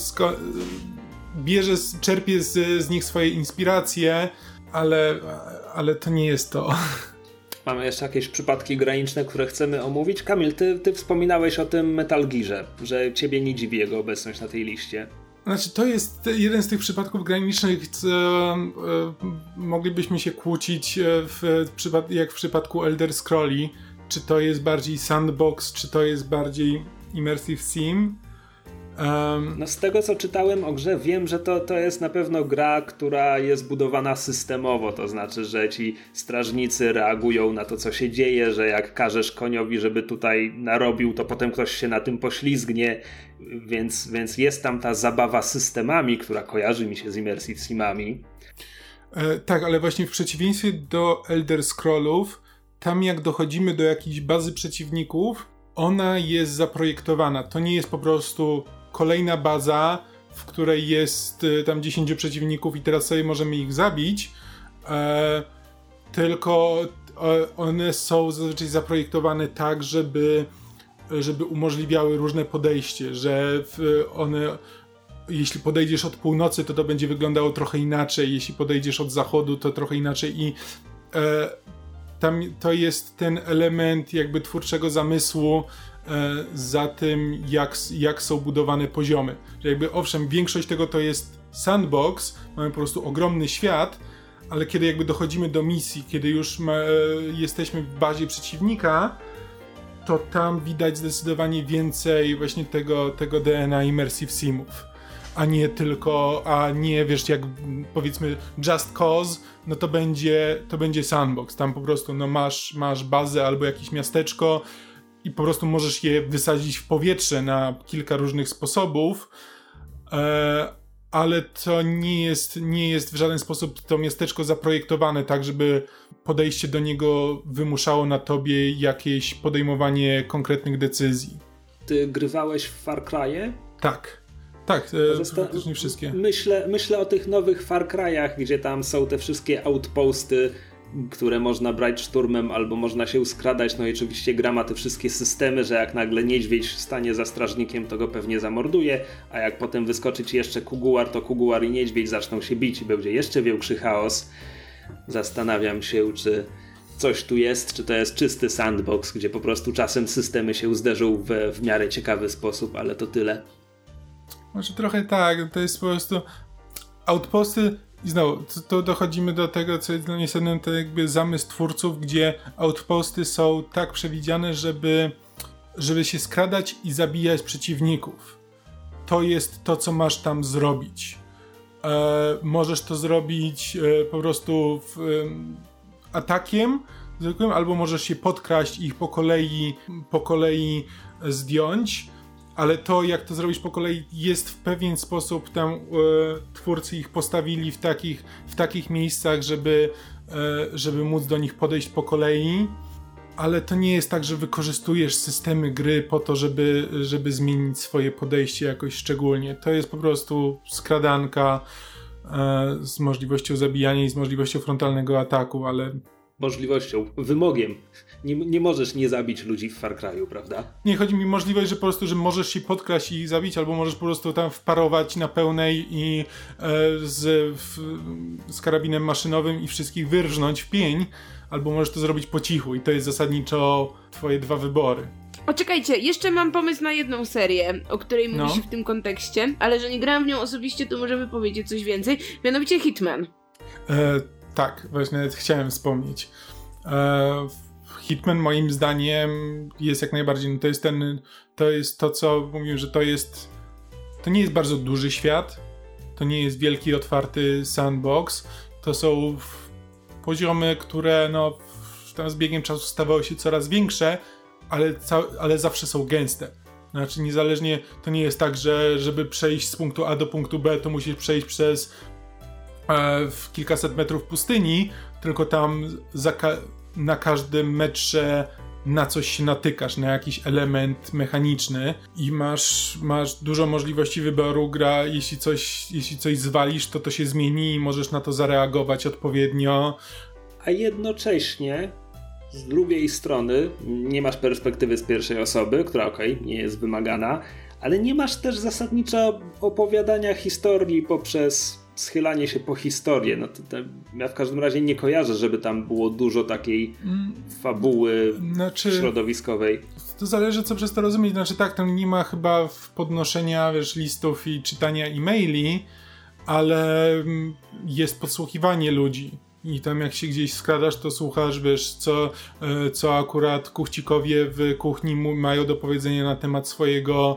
czerpie z nich swoje inspiracje, ale to nie jest to. Mamy jeszcze jakieś przypadki graniczne, które chcemy omówić. Kamil, ty wspominałeś o tym Metal Gearze, że ciebie nie dziwi jego obecność na tej liście. Znaczy, to jest jeden z tych przypadków granicznych, co moglibyśmy się kłócić jak w przypadku Elder Scrolli, czy to jest bardziej sandbox, czy to jest bardziej immersive sim. No z tego, co czytałem o grze, wiem, że to jest na pewno gra, która jest budowana systemowo, to znaczy, że ci strażnicy reagują na to, co się dzieje, że jak każesz koniowi, żeby tutaj narobił, to potem ktoś się na tym poślizgnie, więc jest tam ta zabawa systemami, która kojarzy mi się z Immersive Simami. Tak, ale właśnie w przeciwieństwie do Elder Scrollów, tam jak dochodzimy do jakiejś bazy przeciwników, ona jest zaprojektowana. To nie jest po prostu kolejna baza, w której jest tam 10 przeciwników i teraz sobie możemy ich zabić, tylko one są zazwyczaj zaprojektowane tak, żeby umożliwiały różne podejście, że jeśli podejdziesz od północy, to będzie wyglądało trochę inaczej, jeśli podejdziesz od zachodu, to trochę inaczej i tam to jest ten element jakby twórczego zamysłu za tym, jak są budowane poziomy. Że jakby owszem, większość tego to jest sandbox, mamy po prostu ogromny świat, ale kiedy jakby dochodzimy do misji, kiedy już jesteśmy w bazie przeciwnika, to tam widać zdecydowanie więcej właśnie tego DNA Immersive Simów. A nie wiesz, jak powiedzmy Just Cause, no to będzie sandbox. Tam po prostu no masz bazę albo jakieś miasteczko i po prostu możesz je wysadzić w powietrze na kilka różnych sposobów, ale to nie jest w żaden sposób to miasteczko zaprojektowane tak, żeby podejście do niego wymuszało na tobie jakieś podejmowanie konkretnych decyzji. Ty grywałeś w Far Cry'e? Tak, praktycznie wszystkie. Myślę o tych nowych Far Cry'ach, gdzie tam są te wszystkie outposty, które można brać szturmem albo można się skradać. No i oczywiście gra ma te wszystkie systemy, że jak nagle niedźwiedź stanie za strażnikiem, to go pewnie zamorduje, a jak potem wyskoczy ci jeszcze kuguar, to kuguar i niedźwiedź zaczną się bić i będzie jeszcze większy chaos. Zastanawiam się, czy coś tu jest, czy to jest czysty sandbox, gdzie po prostu czasem systemy się zderzą w miarę ciekawy sposób, ale to tyle. Może trochę tak, to jest po prostu outposty i znowu, to dochodzimy do tego, co jest dla mnie sednem, to jakby zamysł twórców, gdzie outposty są tak przewidziane, żeby się skradać i zabijać przeciwników. To jest to, co masz tam zrobić. Możesz to zrobić po prostu atakiem zwykłym, albo możesz się podkraść i ich po kolei zdjąć. Ale to, jak to zrobić po kolei, jest w pewien sposób tam twórcy ich postawili w takich miejscach, żeby móc do nich podejść po kolei, ale to nie jest tak, że wykorzystujesz systemy gry po to, żeby zmienić swoje podejście jakoś szczególnie. To jest po prostu skradanka z możliwością zabijania i z możliwością frontalnego ataku, ale możliwością, wymogiem. Nie możesz nie zabić ludzi w Far Cry'u, prawda? Nie, chodzi mi o możliwość, że po prostu, że możesz się podkraść i zabić, albo możesz po prostu tam wparować na pełnej i z karabinem maszynowym i wszystkich wyrżnąć w pień, albo możesz to zrobić po cichu i to jest zasadniczo twoje dwa wybory. O, czekajcie, jeszcze mam pomysł na jedną serię, o której mówi się w tym kontekście, ale że nie grałem w nią osobiście, to może wypowiedzieć coś więcej, mianowicie Hitman. Tak, właśnie nawet chciałem wspomnieć. Hitman moim zdaniem jest jak najbardziej, no to jest to, co mówiłem, że to nie jest bardzo duży świat, to nie jest wielki, otwarty sandbox, to są poziomy, które no tam z biegiem czasu stawały się coraz większe, ale zawsze są gęste. Znaczy niezależnie, to nie jest tak, że żeby przejść z punktu A do punktu B, to musisz przejść przez kilkaset metrów pustyni, tylko tam na każdym metrze na coś się natykasz, na jakiś element mechaniczny i masz dużo możliwości wyboru. Gra, jeśli coś zwalisz, to się zmieni i możesz na to zareagować odpowiednio. A jednocześnie z drugiej strony nie masz perspektywy z pierwszej osoby, która nie jest wymagana, ale nie masz też zasadniczo opowiadania historii poprzez schylanie się po historię. No ja w każdym razie nie kojarzę, żeby tam było dużo takiej fabuły środowiskowej. To zależy, co przez to rozumieć. Znaczy tak, tam nie ma chyba podnoszenia, listów i czytania e-maili, ale jest podsłuchiwanie ludzi. I tam jak się gdzieś skradasz, to słuchasz, co akurat kuchcikowie w kuchni mają do powiedzenia na temat swojego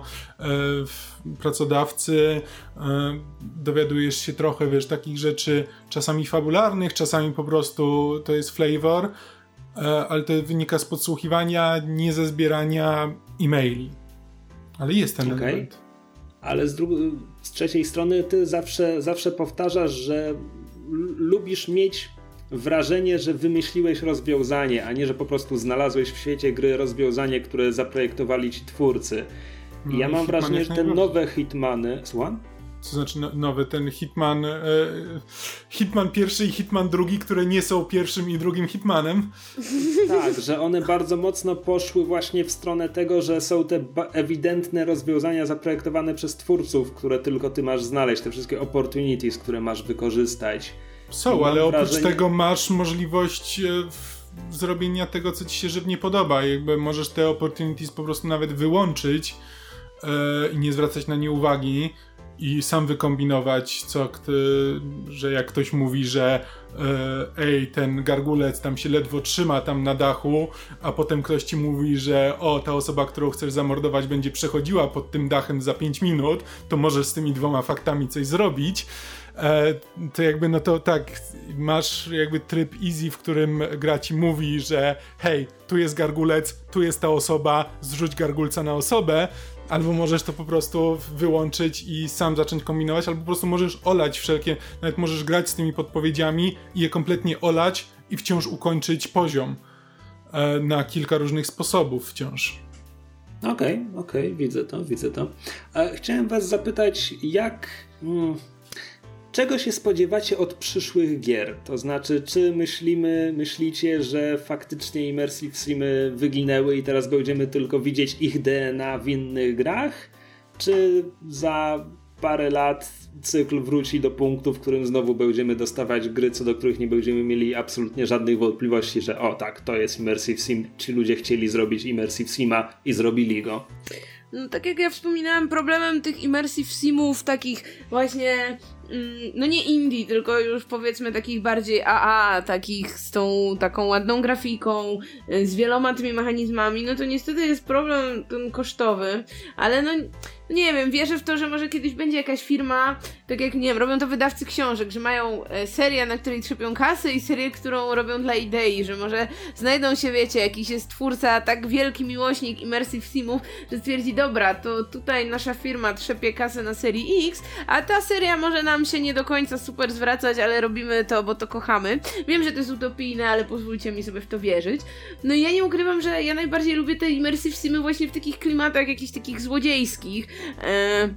pracodawcy. Dowiadujesz się trochę, takich rzeczy, czasami fabularnych, czasami po prostu to jest flavor, ale to wynika z podsłuchiwania, nie ze zbierania e-maili. Ale jest ten element. Ale z trzeciej strony ty zawsze powtarzasz, że lubisz mieć wrażenie, że wymyśliłeś rozwiązanie, a nie, że po prostu znalazłeś w świecie gry rozwiązanie, które zaprojektowali ci twórcy. I ja mam wrażenie, że te nowe Hitmany... Słucham? Co znaczy nowy? Ten Hitman pierwszy i Hitman drugi, które nie są pierwszym i drugim Hitmanem. Tak, że one bardzo mocno poszły właśnie w stronę tego, że są te ewidentne rozwiązania zaprojektowane przez twórców, które tylko ty masz znaleźć, te wszystkie opportunities, które masz wykorzystać. Są, ale oprócz tego masz możliwość zrobienia tego, co ci się żywnie podoba. Jakby możesz te opportunities po prostu nawet wyłączyć i nie zwracać na nie uwagi i sam wykombinować, że jak ktoś mówi, że ten gargulec tam się ledwo trzyma tam na dachu, a potem ktoś ci mówi, że ta osoba, którą chcesz zamordować, będzie przechodziła pod tym dachem za 5 minut, to możesz z tymi dwoma faktami coś zrobić. To jakby, no to tak, masz jakby tryb easy, w którym gra ci mówi, że hej, tu jest gargulec, tu jest ta osoba, zrzuć gargulca na osobę, albo możesz to po prostu wyłączyć i sam zacząć kombinować, albo po prostu możesz olać wszelkie, nawet możesz grać z tymi podpowiedziami i je kompletnie olać i wciąż ukończyć poziom na kilka różnych sposobów wciąż. Okej, widzę to. Chciałem was zapytać, czego się spodziewacie od przyszłych gier? To znaczy, czy myślicie, że faktycznie Immersive Simy wyginęły i teraz będziemy tylko widzieć ich DNA w innych grach? Czy za parę lat cykl wróci do punktu, w którym znowu będziemy dostawać gry, co do których nie będziemy mieli absolutnie żadnych wątpliwości, że tak, to jest Immersive Sim, ci ludzie chcieli zrobić Immersive Sima i zrobili go? No tak jak ja wspominałem, problemem tych Immersive Simów takich właśnie, no nie indie, tylko już powiedzmy takich bardziej takich z tą taką ładną grafiką, z wieloma tymi mechanizmami, no to niestety jest problem ten kosztowy, ale no nie wiem, wierzę w to, że może kiedyś będzie jakaś firma, tak jak, nie wiem, robią to wydawcy książek, że mają serię, na której trzepią kasy i serię, którą robią dla idei, że może znajdą się, wiecie, jakiś jest twórca, tak wielki miłośnik Immersive Simów, że stwierdzi, dobra, to tutaj nasza firma trzepie kasę na serii X, a ta seria może nam się nie do końca super zwracać, ale robimy to, bo to kochamy. Wiem, że to jest utopijne, ale pozwólcie mi sobie w to wierzyć. No i ja nie ukrywam, że ja najbardziej lubię te Immersive Simy właśnie w takich klimatach jakichś takich złodziejskich,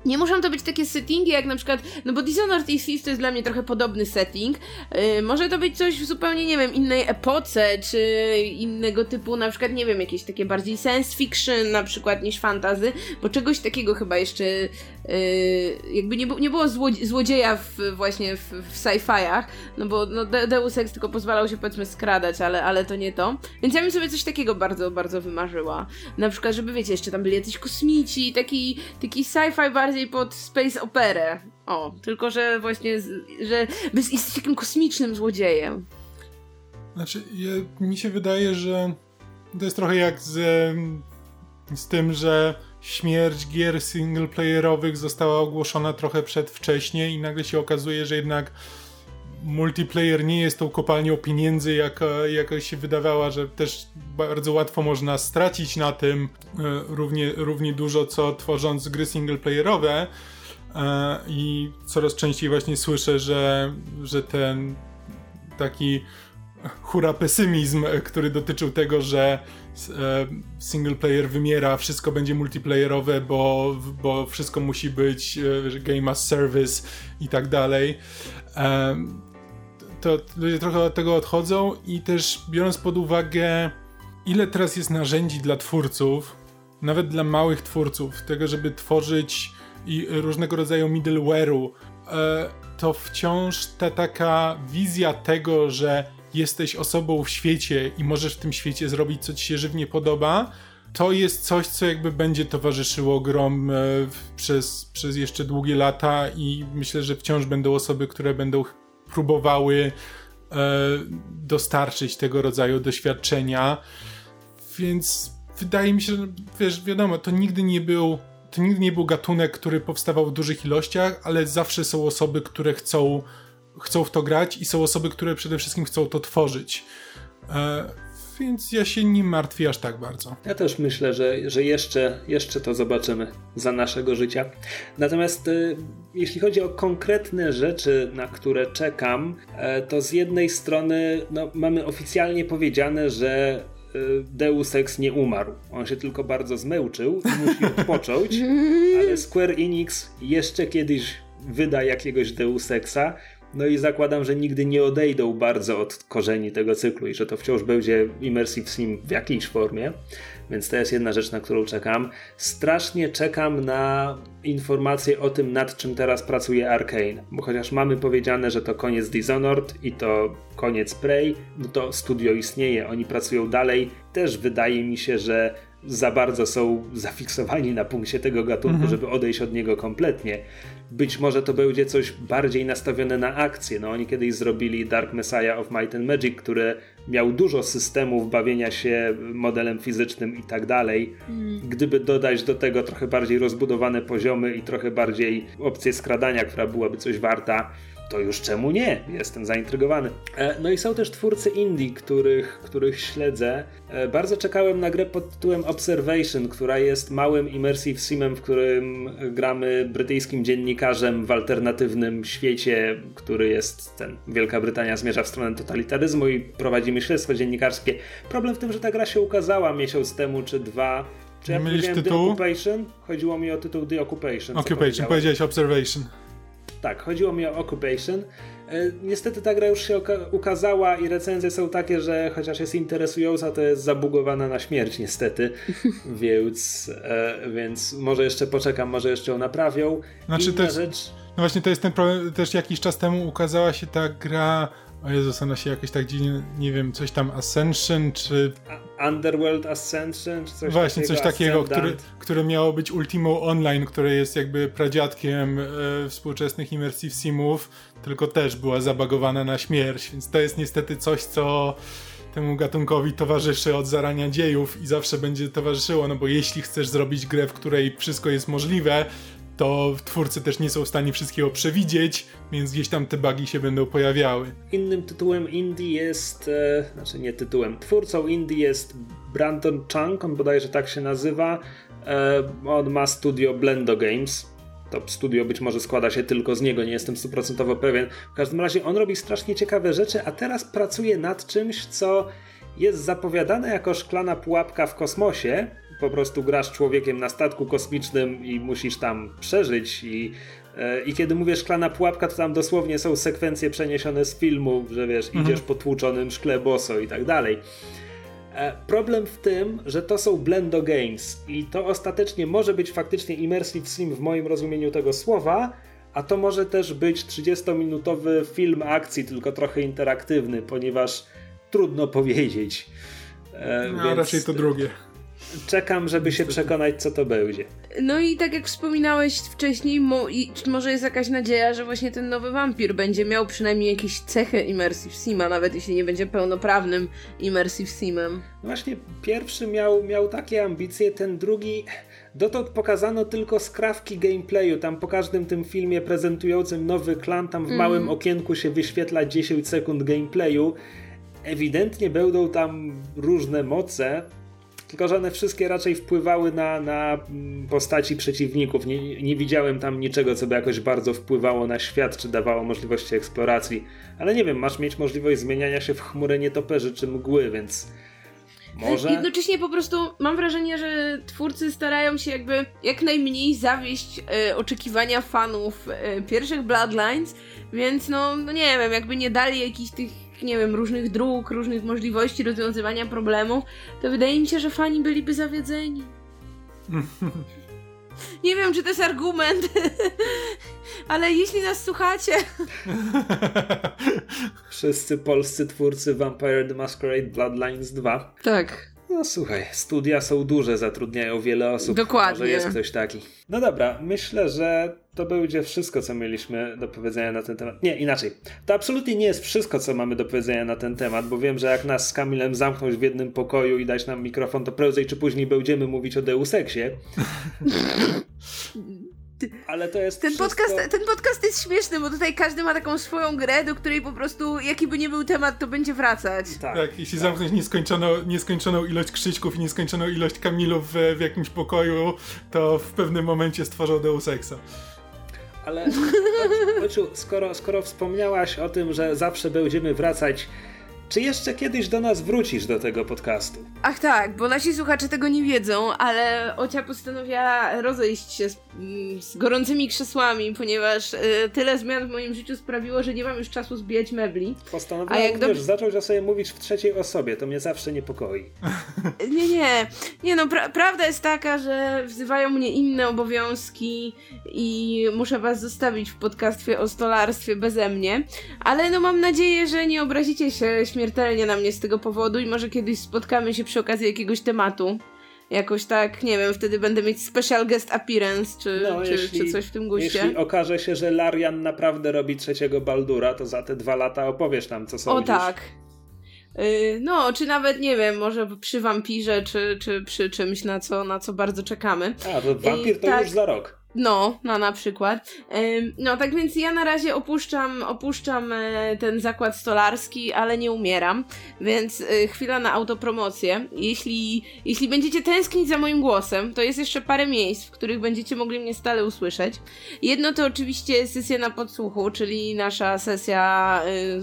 Nie muszą to być takie settingi jak na przykład, no bo Dishonored i Thief to jest dla mnie trochę podobny setting. Może to być coś w zupełnie, nie wiem, innej epoce, czy innego typu, na przykład, nie wiem, jakieś takie bardziej science fiction na przykład niż fantasy, bo czegoś takiego chyba jeszcze jakby nie było złodzieja właśnie w sci-fiach, no bo no Deus Ex tylko pozwalał się powiedzmy skradać, ale to nie to. Więc ja bym sobie coś takiego bardzo, bardzo wymarzyła. Na przykład, żeby wiecie, jeszcze tam byli jacyś kosmici, taki sci-fi bardziej pod space operę. O, tylko że właśnie, że jesteś takim kosmicznym złodziejem. Znaczy, mi się wydaje, że to jest trochę jak z tym, że śmierć gier singleplayerowych została ogłoszona trochę przedwcześnie i nagle się okazuje, że jednak multiplayer nie jest tą kopalnią pieniędzy, jaka się wydawała, że też bardzo łatwo można stracić na tym równie dużo, co tworząc gry singleplayerowe. I coraz częściej właśnie słyszę, że ten taki hura pesymizm, który dotyczył tego, że singleplayer wymiera, wszystko będzie multiplayerowe, bo wszystko musi być game as service i tak dalej. To ludzie trochę od tego odchodzą i też biorąc pod uwagę, ile teraz jest narzędzi dla twórców, nawet dla małych twórców, tego, żeby tworzyć i różnego rodzaju middleware'u, to wciąż ta taka wizja tego, że jesteś osobą w świecie i możesz w tym świecie zrobić, co ci się żywnie podoba, to jest coś, co jakby będzie towarzyszyło grom przez jeszcze długie lata i myślę, że wciąż będą osoby, które będą próbowały dostarczyć tego rodzaju doświadczenia, więc wydaje mi się, że wiesz, wiadomo, to nigdy nie był gatunek, który powstawał w dużych ilościach, ale zawsze są osoby, które chcą w to grać i są osoby, które przede wszystkim chcą to tworzyć. Więc ja się nie martwię aż tak bardzo. Ja też myślę, że jeszcze to zobaczymy za naszego życia. Natomiast jeśli chodzi o konkretne rzeczy, na które czekam, to z jednej strony mamy oficjalnie powiedziane, że Deus Ex nie umarł. On się tylko bardzo zmęczył i musi odpocząć, ale Square Enix jeszcze kiedyś wyda jakiegoś Deus Exa. No i zakładam, że nigdy nie odejdą bardzo od korzeni tego cyklu i że to wciąż będzie Immersive Sim w jakiejś formie. Więc to jest jedna rzecz, na którą czekam. Strasznie czekam na informacje o tym, nad czym teraz pracuje Arcane. Bo chociaż mamy powiedziane, że to koniec Dishonored i to koniec Prey, no to studio istnieje, oni pracują dalej. Też wydaje mi się, że za bardzo są zafiksowani na punkcie tego gatunku, żeby odejść od niego kompletnie. Być może to będzie coś bardziej nastawione na akcję. No oni kiedyś zrobili Dark Messiah of Might and Magic, który miał dużo systemów bawienia się modelem fizycznym i tak dalej. Gdyby dodać do tego trochę bardziej rozbudowane poziomy i trochę bardziej opcję skradania, która byłaby coś warta, to już czemu nie? Jestem zaintrygowany. No i są też twórcy indie, których śledzę. Bardzo czekałem na grę pod tytułem Observation, która jest małym immersive simem, w którym gramy brytyjskim dziennikarzem w alternatywnym świecie, który jest Wielka Brytania zmierza w stronę totalitaryzmu i prowadzimy śledztwo dziennikarskie. Problem w tym, że ta gra się ukazała miesiąc temu czy dwa. Czy ja powiedziałem The Occupation? Chodziło mi o tytuł The Occupation. Occupation, powiedziałeś Observation. Tak, chodziło mi o Occupation. Niestety ta gra już się ukazała i recenzje są takie, że chociaż jest interesująca, to jest zabugowana na śmierć niestety, więc może jeszcze poczekam, może jeszcze ją naprawią. Znaczy no właśnie to jest ten problem, też jakiś czas temu ukazała się ta gra, o Jezus, ona się jakoś tak dziwnie, nie wiem, coś tam Ascension, czy... Underworld Ascension, czy coś właśnie, takiego. Coś takiego, które miało być Ultimą Online, które jest jakby pradziadkiem współczesnych Immersive Simów, tylko też była zabagowana na śmierć, więc to jest niestety coś, co temu gatunkowi towarzyszy od zarania dziejów i zawsze będzie towarzyszyło, no bo jeśli chcesz zrobić grę, w której wszystko jest możliwe, to twórcy też nie są w stanie wszystkiego przewidzieć, więc gdzieś tam te bugi się będą pojawiały. Innym tytułem indie jest, twórcą indie jest Brandon Chung, on bodajże tak się nazywa. On ma studio Blendo Games. To studio być może składa się tylko z niego, nie jestem 100% pewien. W każdym razie on robi strasznie ciekawe rzeczy, a teraz pracuje nad czymś, co jest zapowiadane jako szklana pułapka w kosmosie, po prostu grasz człowiekiem na statku kosmicznym i musisz tam przeżyć i kiedy mówię szklana pułapka, to tam dosłownie są sekwencje przeniesione z filmu, że wiesz, idziesz po tłuczonym szkle boso i tak dalej. Problem w tym, że to są Blendo Games i to ostatecznie może być faktycznie Immersive Sim w moim rozumieniu tego słowa, a to może też być 30-minutowy film akcji, tylko trochę interaktywny, ponieważ trudno powiedzieć. Więc raczej to drugie. Czekam, żeby się przekonać, co to będzie. No i tak jak wspominałeś wcześniej, może jest jakaś nadzieja, że właśnie ten nowy wampir będzie miał przynajmniej jakieś cechy Immersive Sima, nawet jeśli nie będzie pełnoprawnym Immersive Simem. Właśnie pierwszy miał takie ambicje, ten drugi dotąd pokazano tylko skrawki gameplayu, tam po każdym tym filmie prezentującym nowy klan, tam w małym okienku się wyświetla 10 sekund gameplayu. Ewidentnie będą tam różne moce, tylko że one wszystkie raczej wpływały na postaci przeciwników. Nie widziałem tam niczego, co by jakoś bardzo wpływało na świat, czy dawało możliwości eksploracji. Ale nie wiem, masz mieć możliwość zmieniania się w chmurę nietoperzy czy mgły, więc może... Jednocześnie po prostu mam wrażenie, że twórcy starają się jakby jak najmniej zawieść oczekiwania fanów pierwszych Bloodlines, więc no nie wiem, jakby nie dali jakichś tych, nie wiem, różnych dróg, różnych możliwości rozwiązywania problemów, to wydaje mi się, że fani byliby zawiedzeni. Nie wiem, czy to jest argument, ale jeśli nas słuchacie... Wszyscy polscy twórcy Vampire the Masquerade Bloodlines 2. Tak. No słuchaj, studia są duże, zatrudniają wiele osób. Dokładnie. Może jest ktoś taki. No dobra, myślę, że to będzie wszystko, co mieliśmy do powiedzenia na ten temat. Nie, inaczej. To absolutnie nie jest wszystko, co mamy do powiedzenia na ten temat, bo wiem, że jak nas z Kamilem zamknąć w jednym pokoju i dać nam mikrofon, to prędzej czy później będziemy mówić o Deus Exie. Ale to jest ten podcast jest śmieszny, bo tutaj każdy ma taką swoją grę, do której po prostu jaki by nie był temat, to będzie wracać. Tak, jeśli zamknąć nieskończoną ilość Krzyśków i nieskończoną ilość Kamilów w jakimś pokoju, to w pewnym momencie stworzą Deus Exa. Ale Ociu, skoro wspomniałaś o tym, że zawsze będziemy wracać, czy jeszcze kiedyś do nas wrócisz do tego podcastu? Ach tak, bo nasi słuchacze tego nie wiedzą, ale Ocia postanowiła rozejść się z gorącymi krzesłami, ponieważ tyle zmian w moim życiu sprawiło, że nie mam już czasu zbijać mebli. Postanowiła również zacząć o sobie mówić w trzeciej osobie, to mnie zawsze niepokoi. Nie, no prawda jest taka, że wzywają mnie inne obowiązki i muszę was zostawić w podcastwie o stolarstwie beze mnie, ale no mam nadzieję, że nie obrazicie się śmiertelnie na mnie z tego powodu i może kiedyś spotkamy się przy okazji jakiegoś tematu. Jakoś tak, nie wiem, wtedy będę mieć special guest appearance, czy coś w tym guście. Jeśli okaże się, że Larian naprawdę robi trzeciego Baldura, to za te 2 lata opowiesz nam, co sądzisz. O tak. No, czy nawet, nie wiem, może przy wampirze, czy przy czymś, na co bardzo czekamy. A, to wampir to tak, już za rok. No, na przykład. No, tak więc ja na razie opuszczam ten zakład stolarski, ale nie umieram, więc chwila na autopromocję. Jeśli będziecie tęsknić za moim głosem, to jest jeszcze parę miejsc, w których będziecie mogli mnie stale usłyszeć. Jedno to oczywiście sesja na podsłuchu, czyli nasza sesja,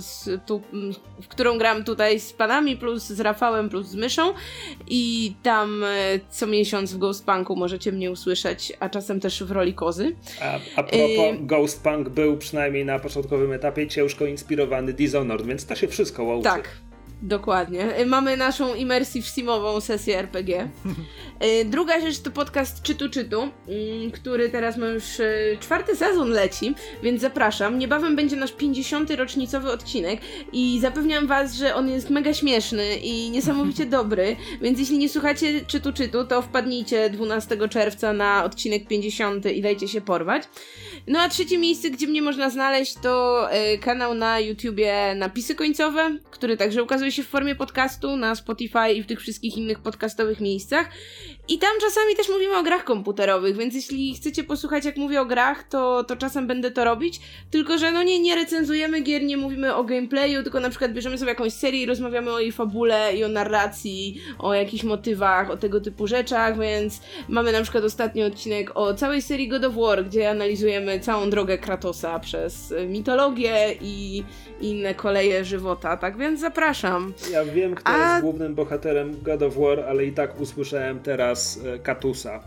w którą gram tutaj z panami, plus z Rafałem, plus z Myszą i tam co miesiąc w Ghostpunku możecie mnie usłyszeć, a czasem też w roli kozy. A propos, Ghost Punk był przynajmniej na początkowym etapie ciężko inspirowany Dishonored, więc to się wszystko łączy. Tak, dokładnie. Mamy naszą immersive simową sesję RPG. Druga rzecz to podcast Czytu, który teraz ma już 4. sezon leci, więc zapraszam. Niebawem będzie nasz 50. rocznicowy odcinek i zapewniam was, że on jest mega śmieszny i niesamowicie dobry, więc jeśli nie słuchacie Czytu, to wpadnijcie 12 czerwca na odcinek 50 i dajcie się porwać. No a trzecie miejsce, gdzie mnie można znaleźć, to kanał na YouTubie Napisy Końcowe, który także ukazuje się w formie podcastu na Spotify i w tych wszystkich innych podcastowych miejscach. I tam czasami też mówimy o grach komputerowych, więc jeśli chcecie posłuchać jak mówię o grach, to czasem będę to robić, tylko że no nie recenzujemy gier, nie mówimy o gameplayu, tylko na przykład bierzemy sobie jakąś serię i rozmawiamy o jej fabule i o narracji, o jakichś motywach, o tego typu rzeczach, więc mamy na przykład ostatni odcinek o całej serii God of War, gdzie analizujemy całą drogę Kratosa przez mitologię i inne koleje żywota, tak więc zapraszam. znam. Ja wiem, kto jest głównym bohaterem God of War, ale i tak usłyszałem teraz Katusa.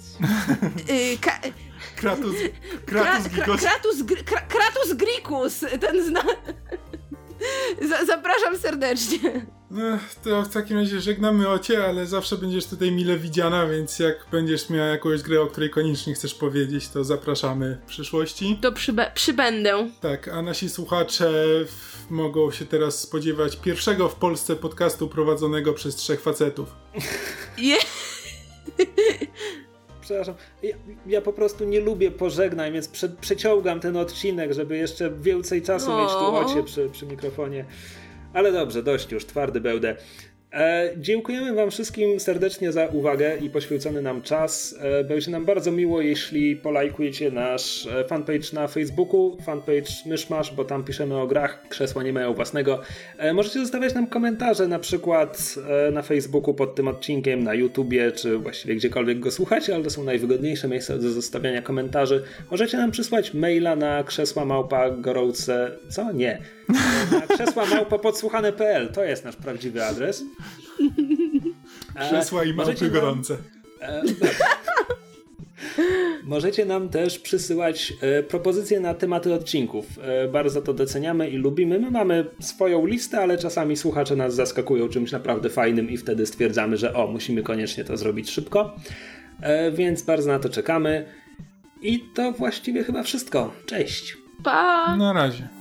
Kratos Grikus, ten zna... Zapraszam serdecznie. No, to w takim razie żegnamy Ocie, ale zawsze będziesz tutaj mile widziana, więc jak będziesz miała jakąś grę, o której koniecznie chcesz powiedzieć, to zapraszamy w przyszłości. To przybędę. Tak, a nasi słuchacze mogą się teraz spodziewać pierwszego w Polsce podcastu prowadzonego przez 3 facetów. Przepraszam, ja po prostu nie lubię pożegnań, więc przeciągam ten odcinek, żeby jeszcze więcej czasu mieć tu Ocie przy mikrofonie. Ale dobrze, dość już, twardy bełdę. Dziękujemy wam wszystkim serdecznie za uwagę i poświęcony nam czas. Będzie nam bardzo miło, jeśli polajkujecie nasz fanpage na Facebooku, fanpage Myszmasz, bo tam piszemy o grach, krzesła nie mają własnego. Możecie zostawiać nam komentarze, na przykład na Facebooku pod tym odcinkiem, na YouTubie, czy właściwie gdziekolwiek go słuchacie, ale to są najwygodniejsze miejsca do zostawiania komentarzy. Możecie nam przysłać maila na krzesła@gorące... Co? Nie. Na krzesła@podsłuchane.pl. To jest nasz prawdziwy adres. Krzesła i małpy gorące. Możecie nam też przysyłać propozycje na tematy odcinków. Bardzo to doceniamy i lubimy. My mamy swoją listę, ale czasami słuchacze nas zaskakują czymś naprawdę fajnym i wtedy stwierdzamy, że musimy koniecznie to zrobić szybko. Więc bardzo na to czekamy. I to właściwie chyba wszystko. Cześć. Pa! Na razie.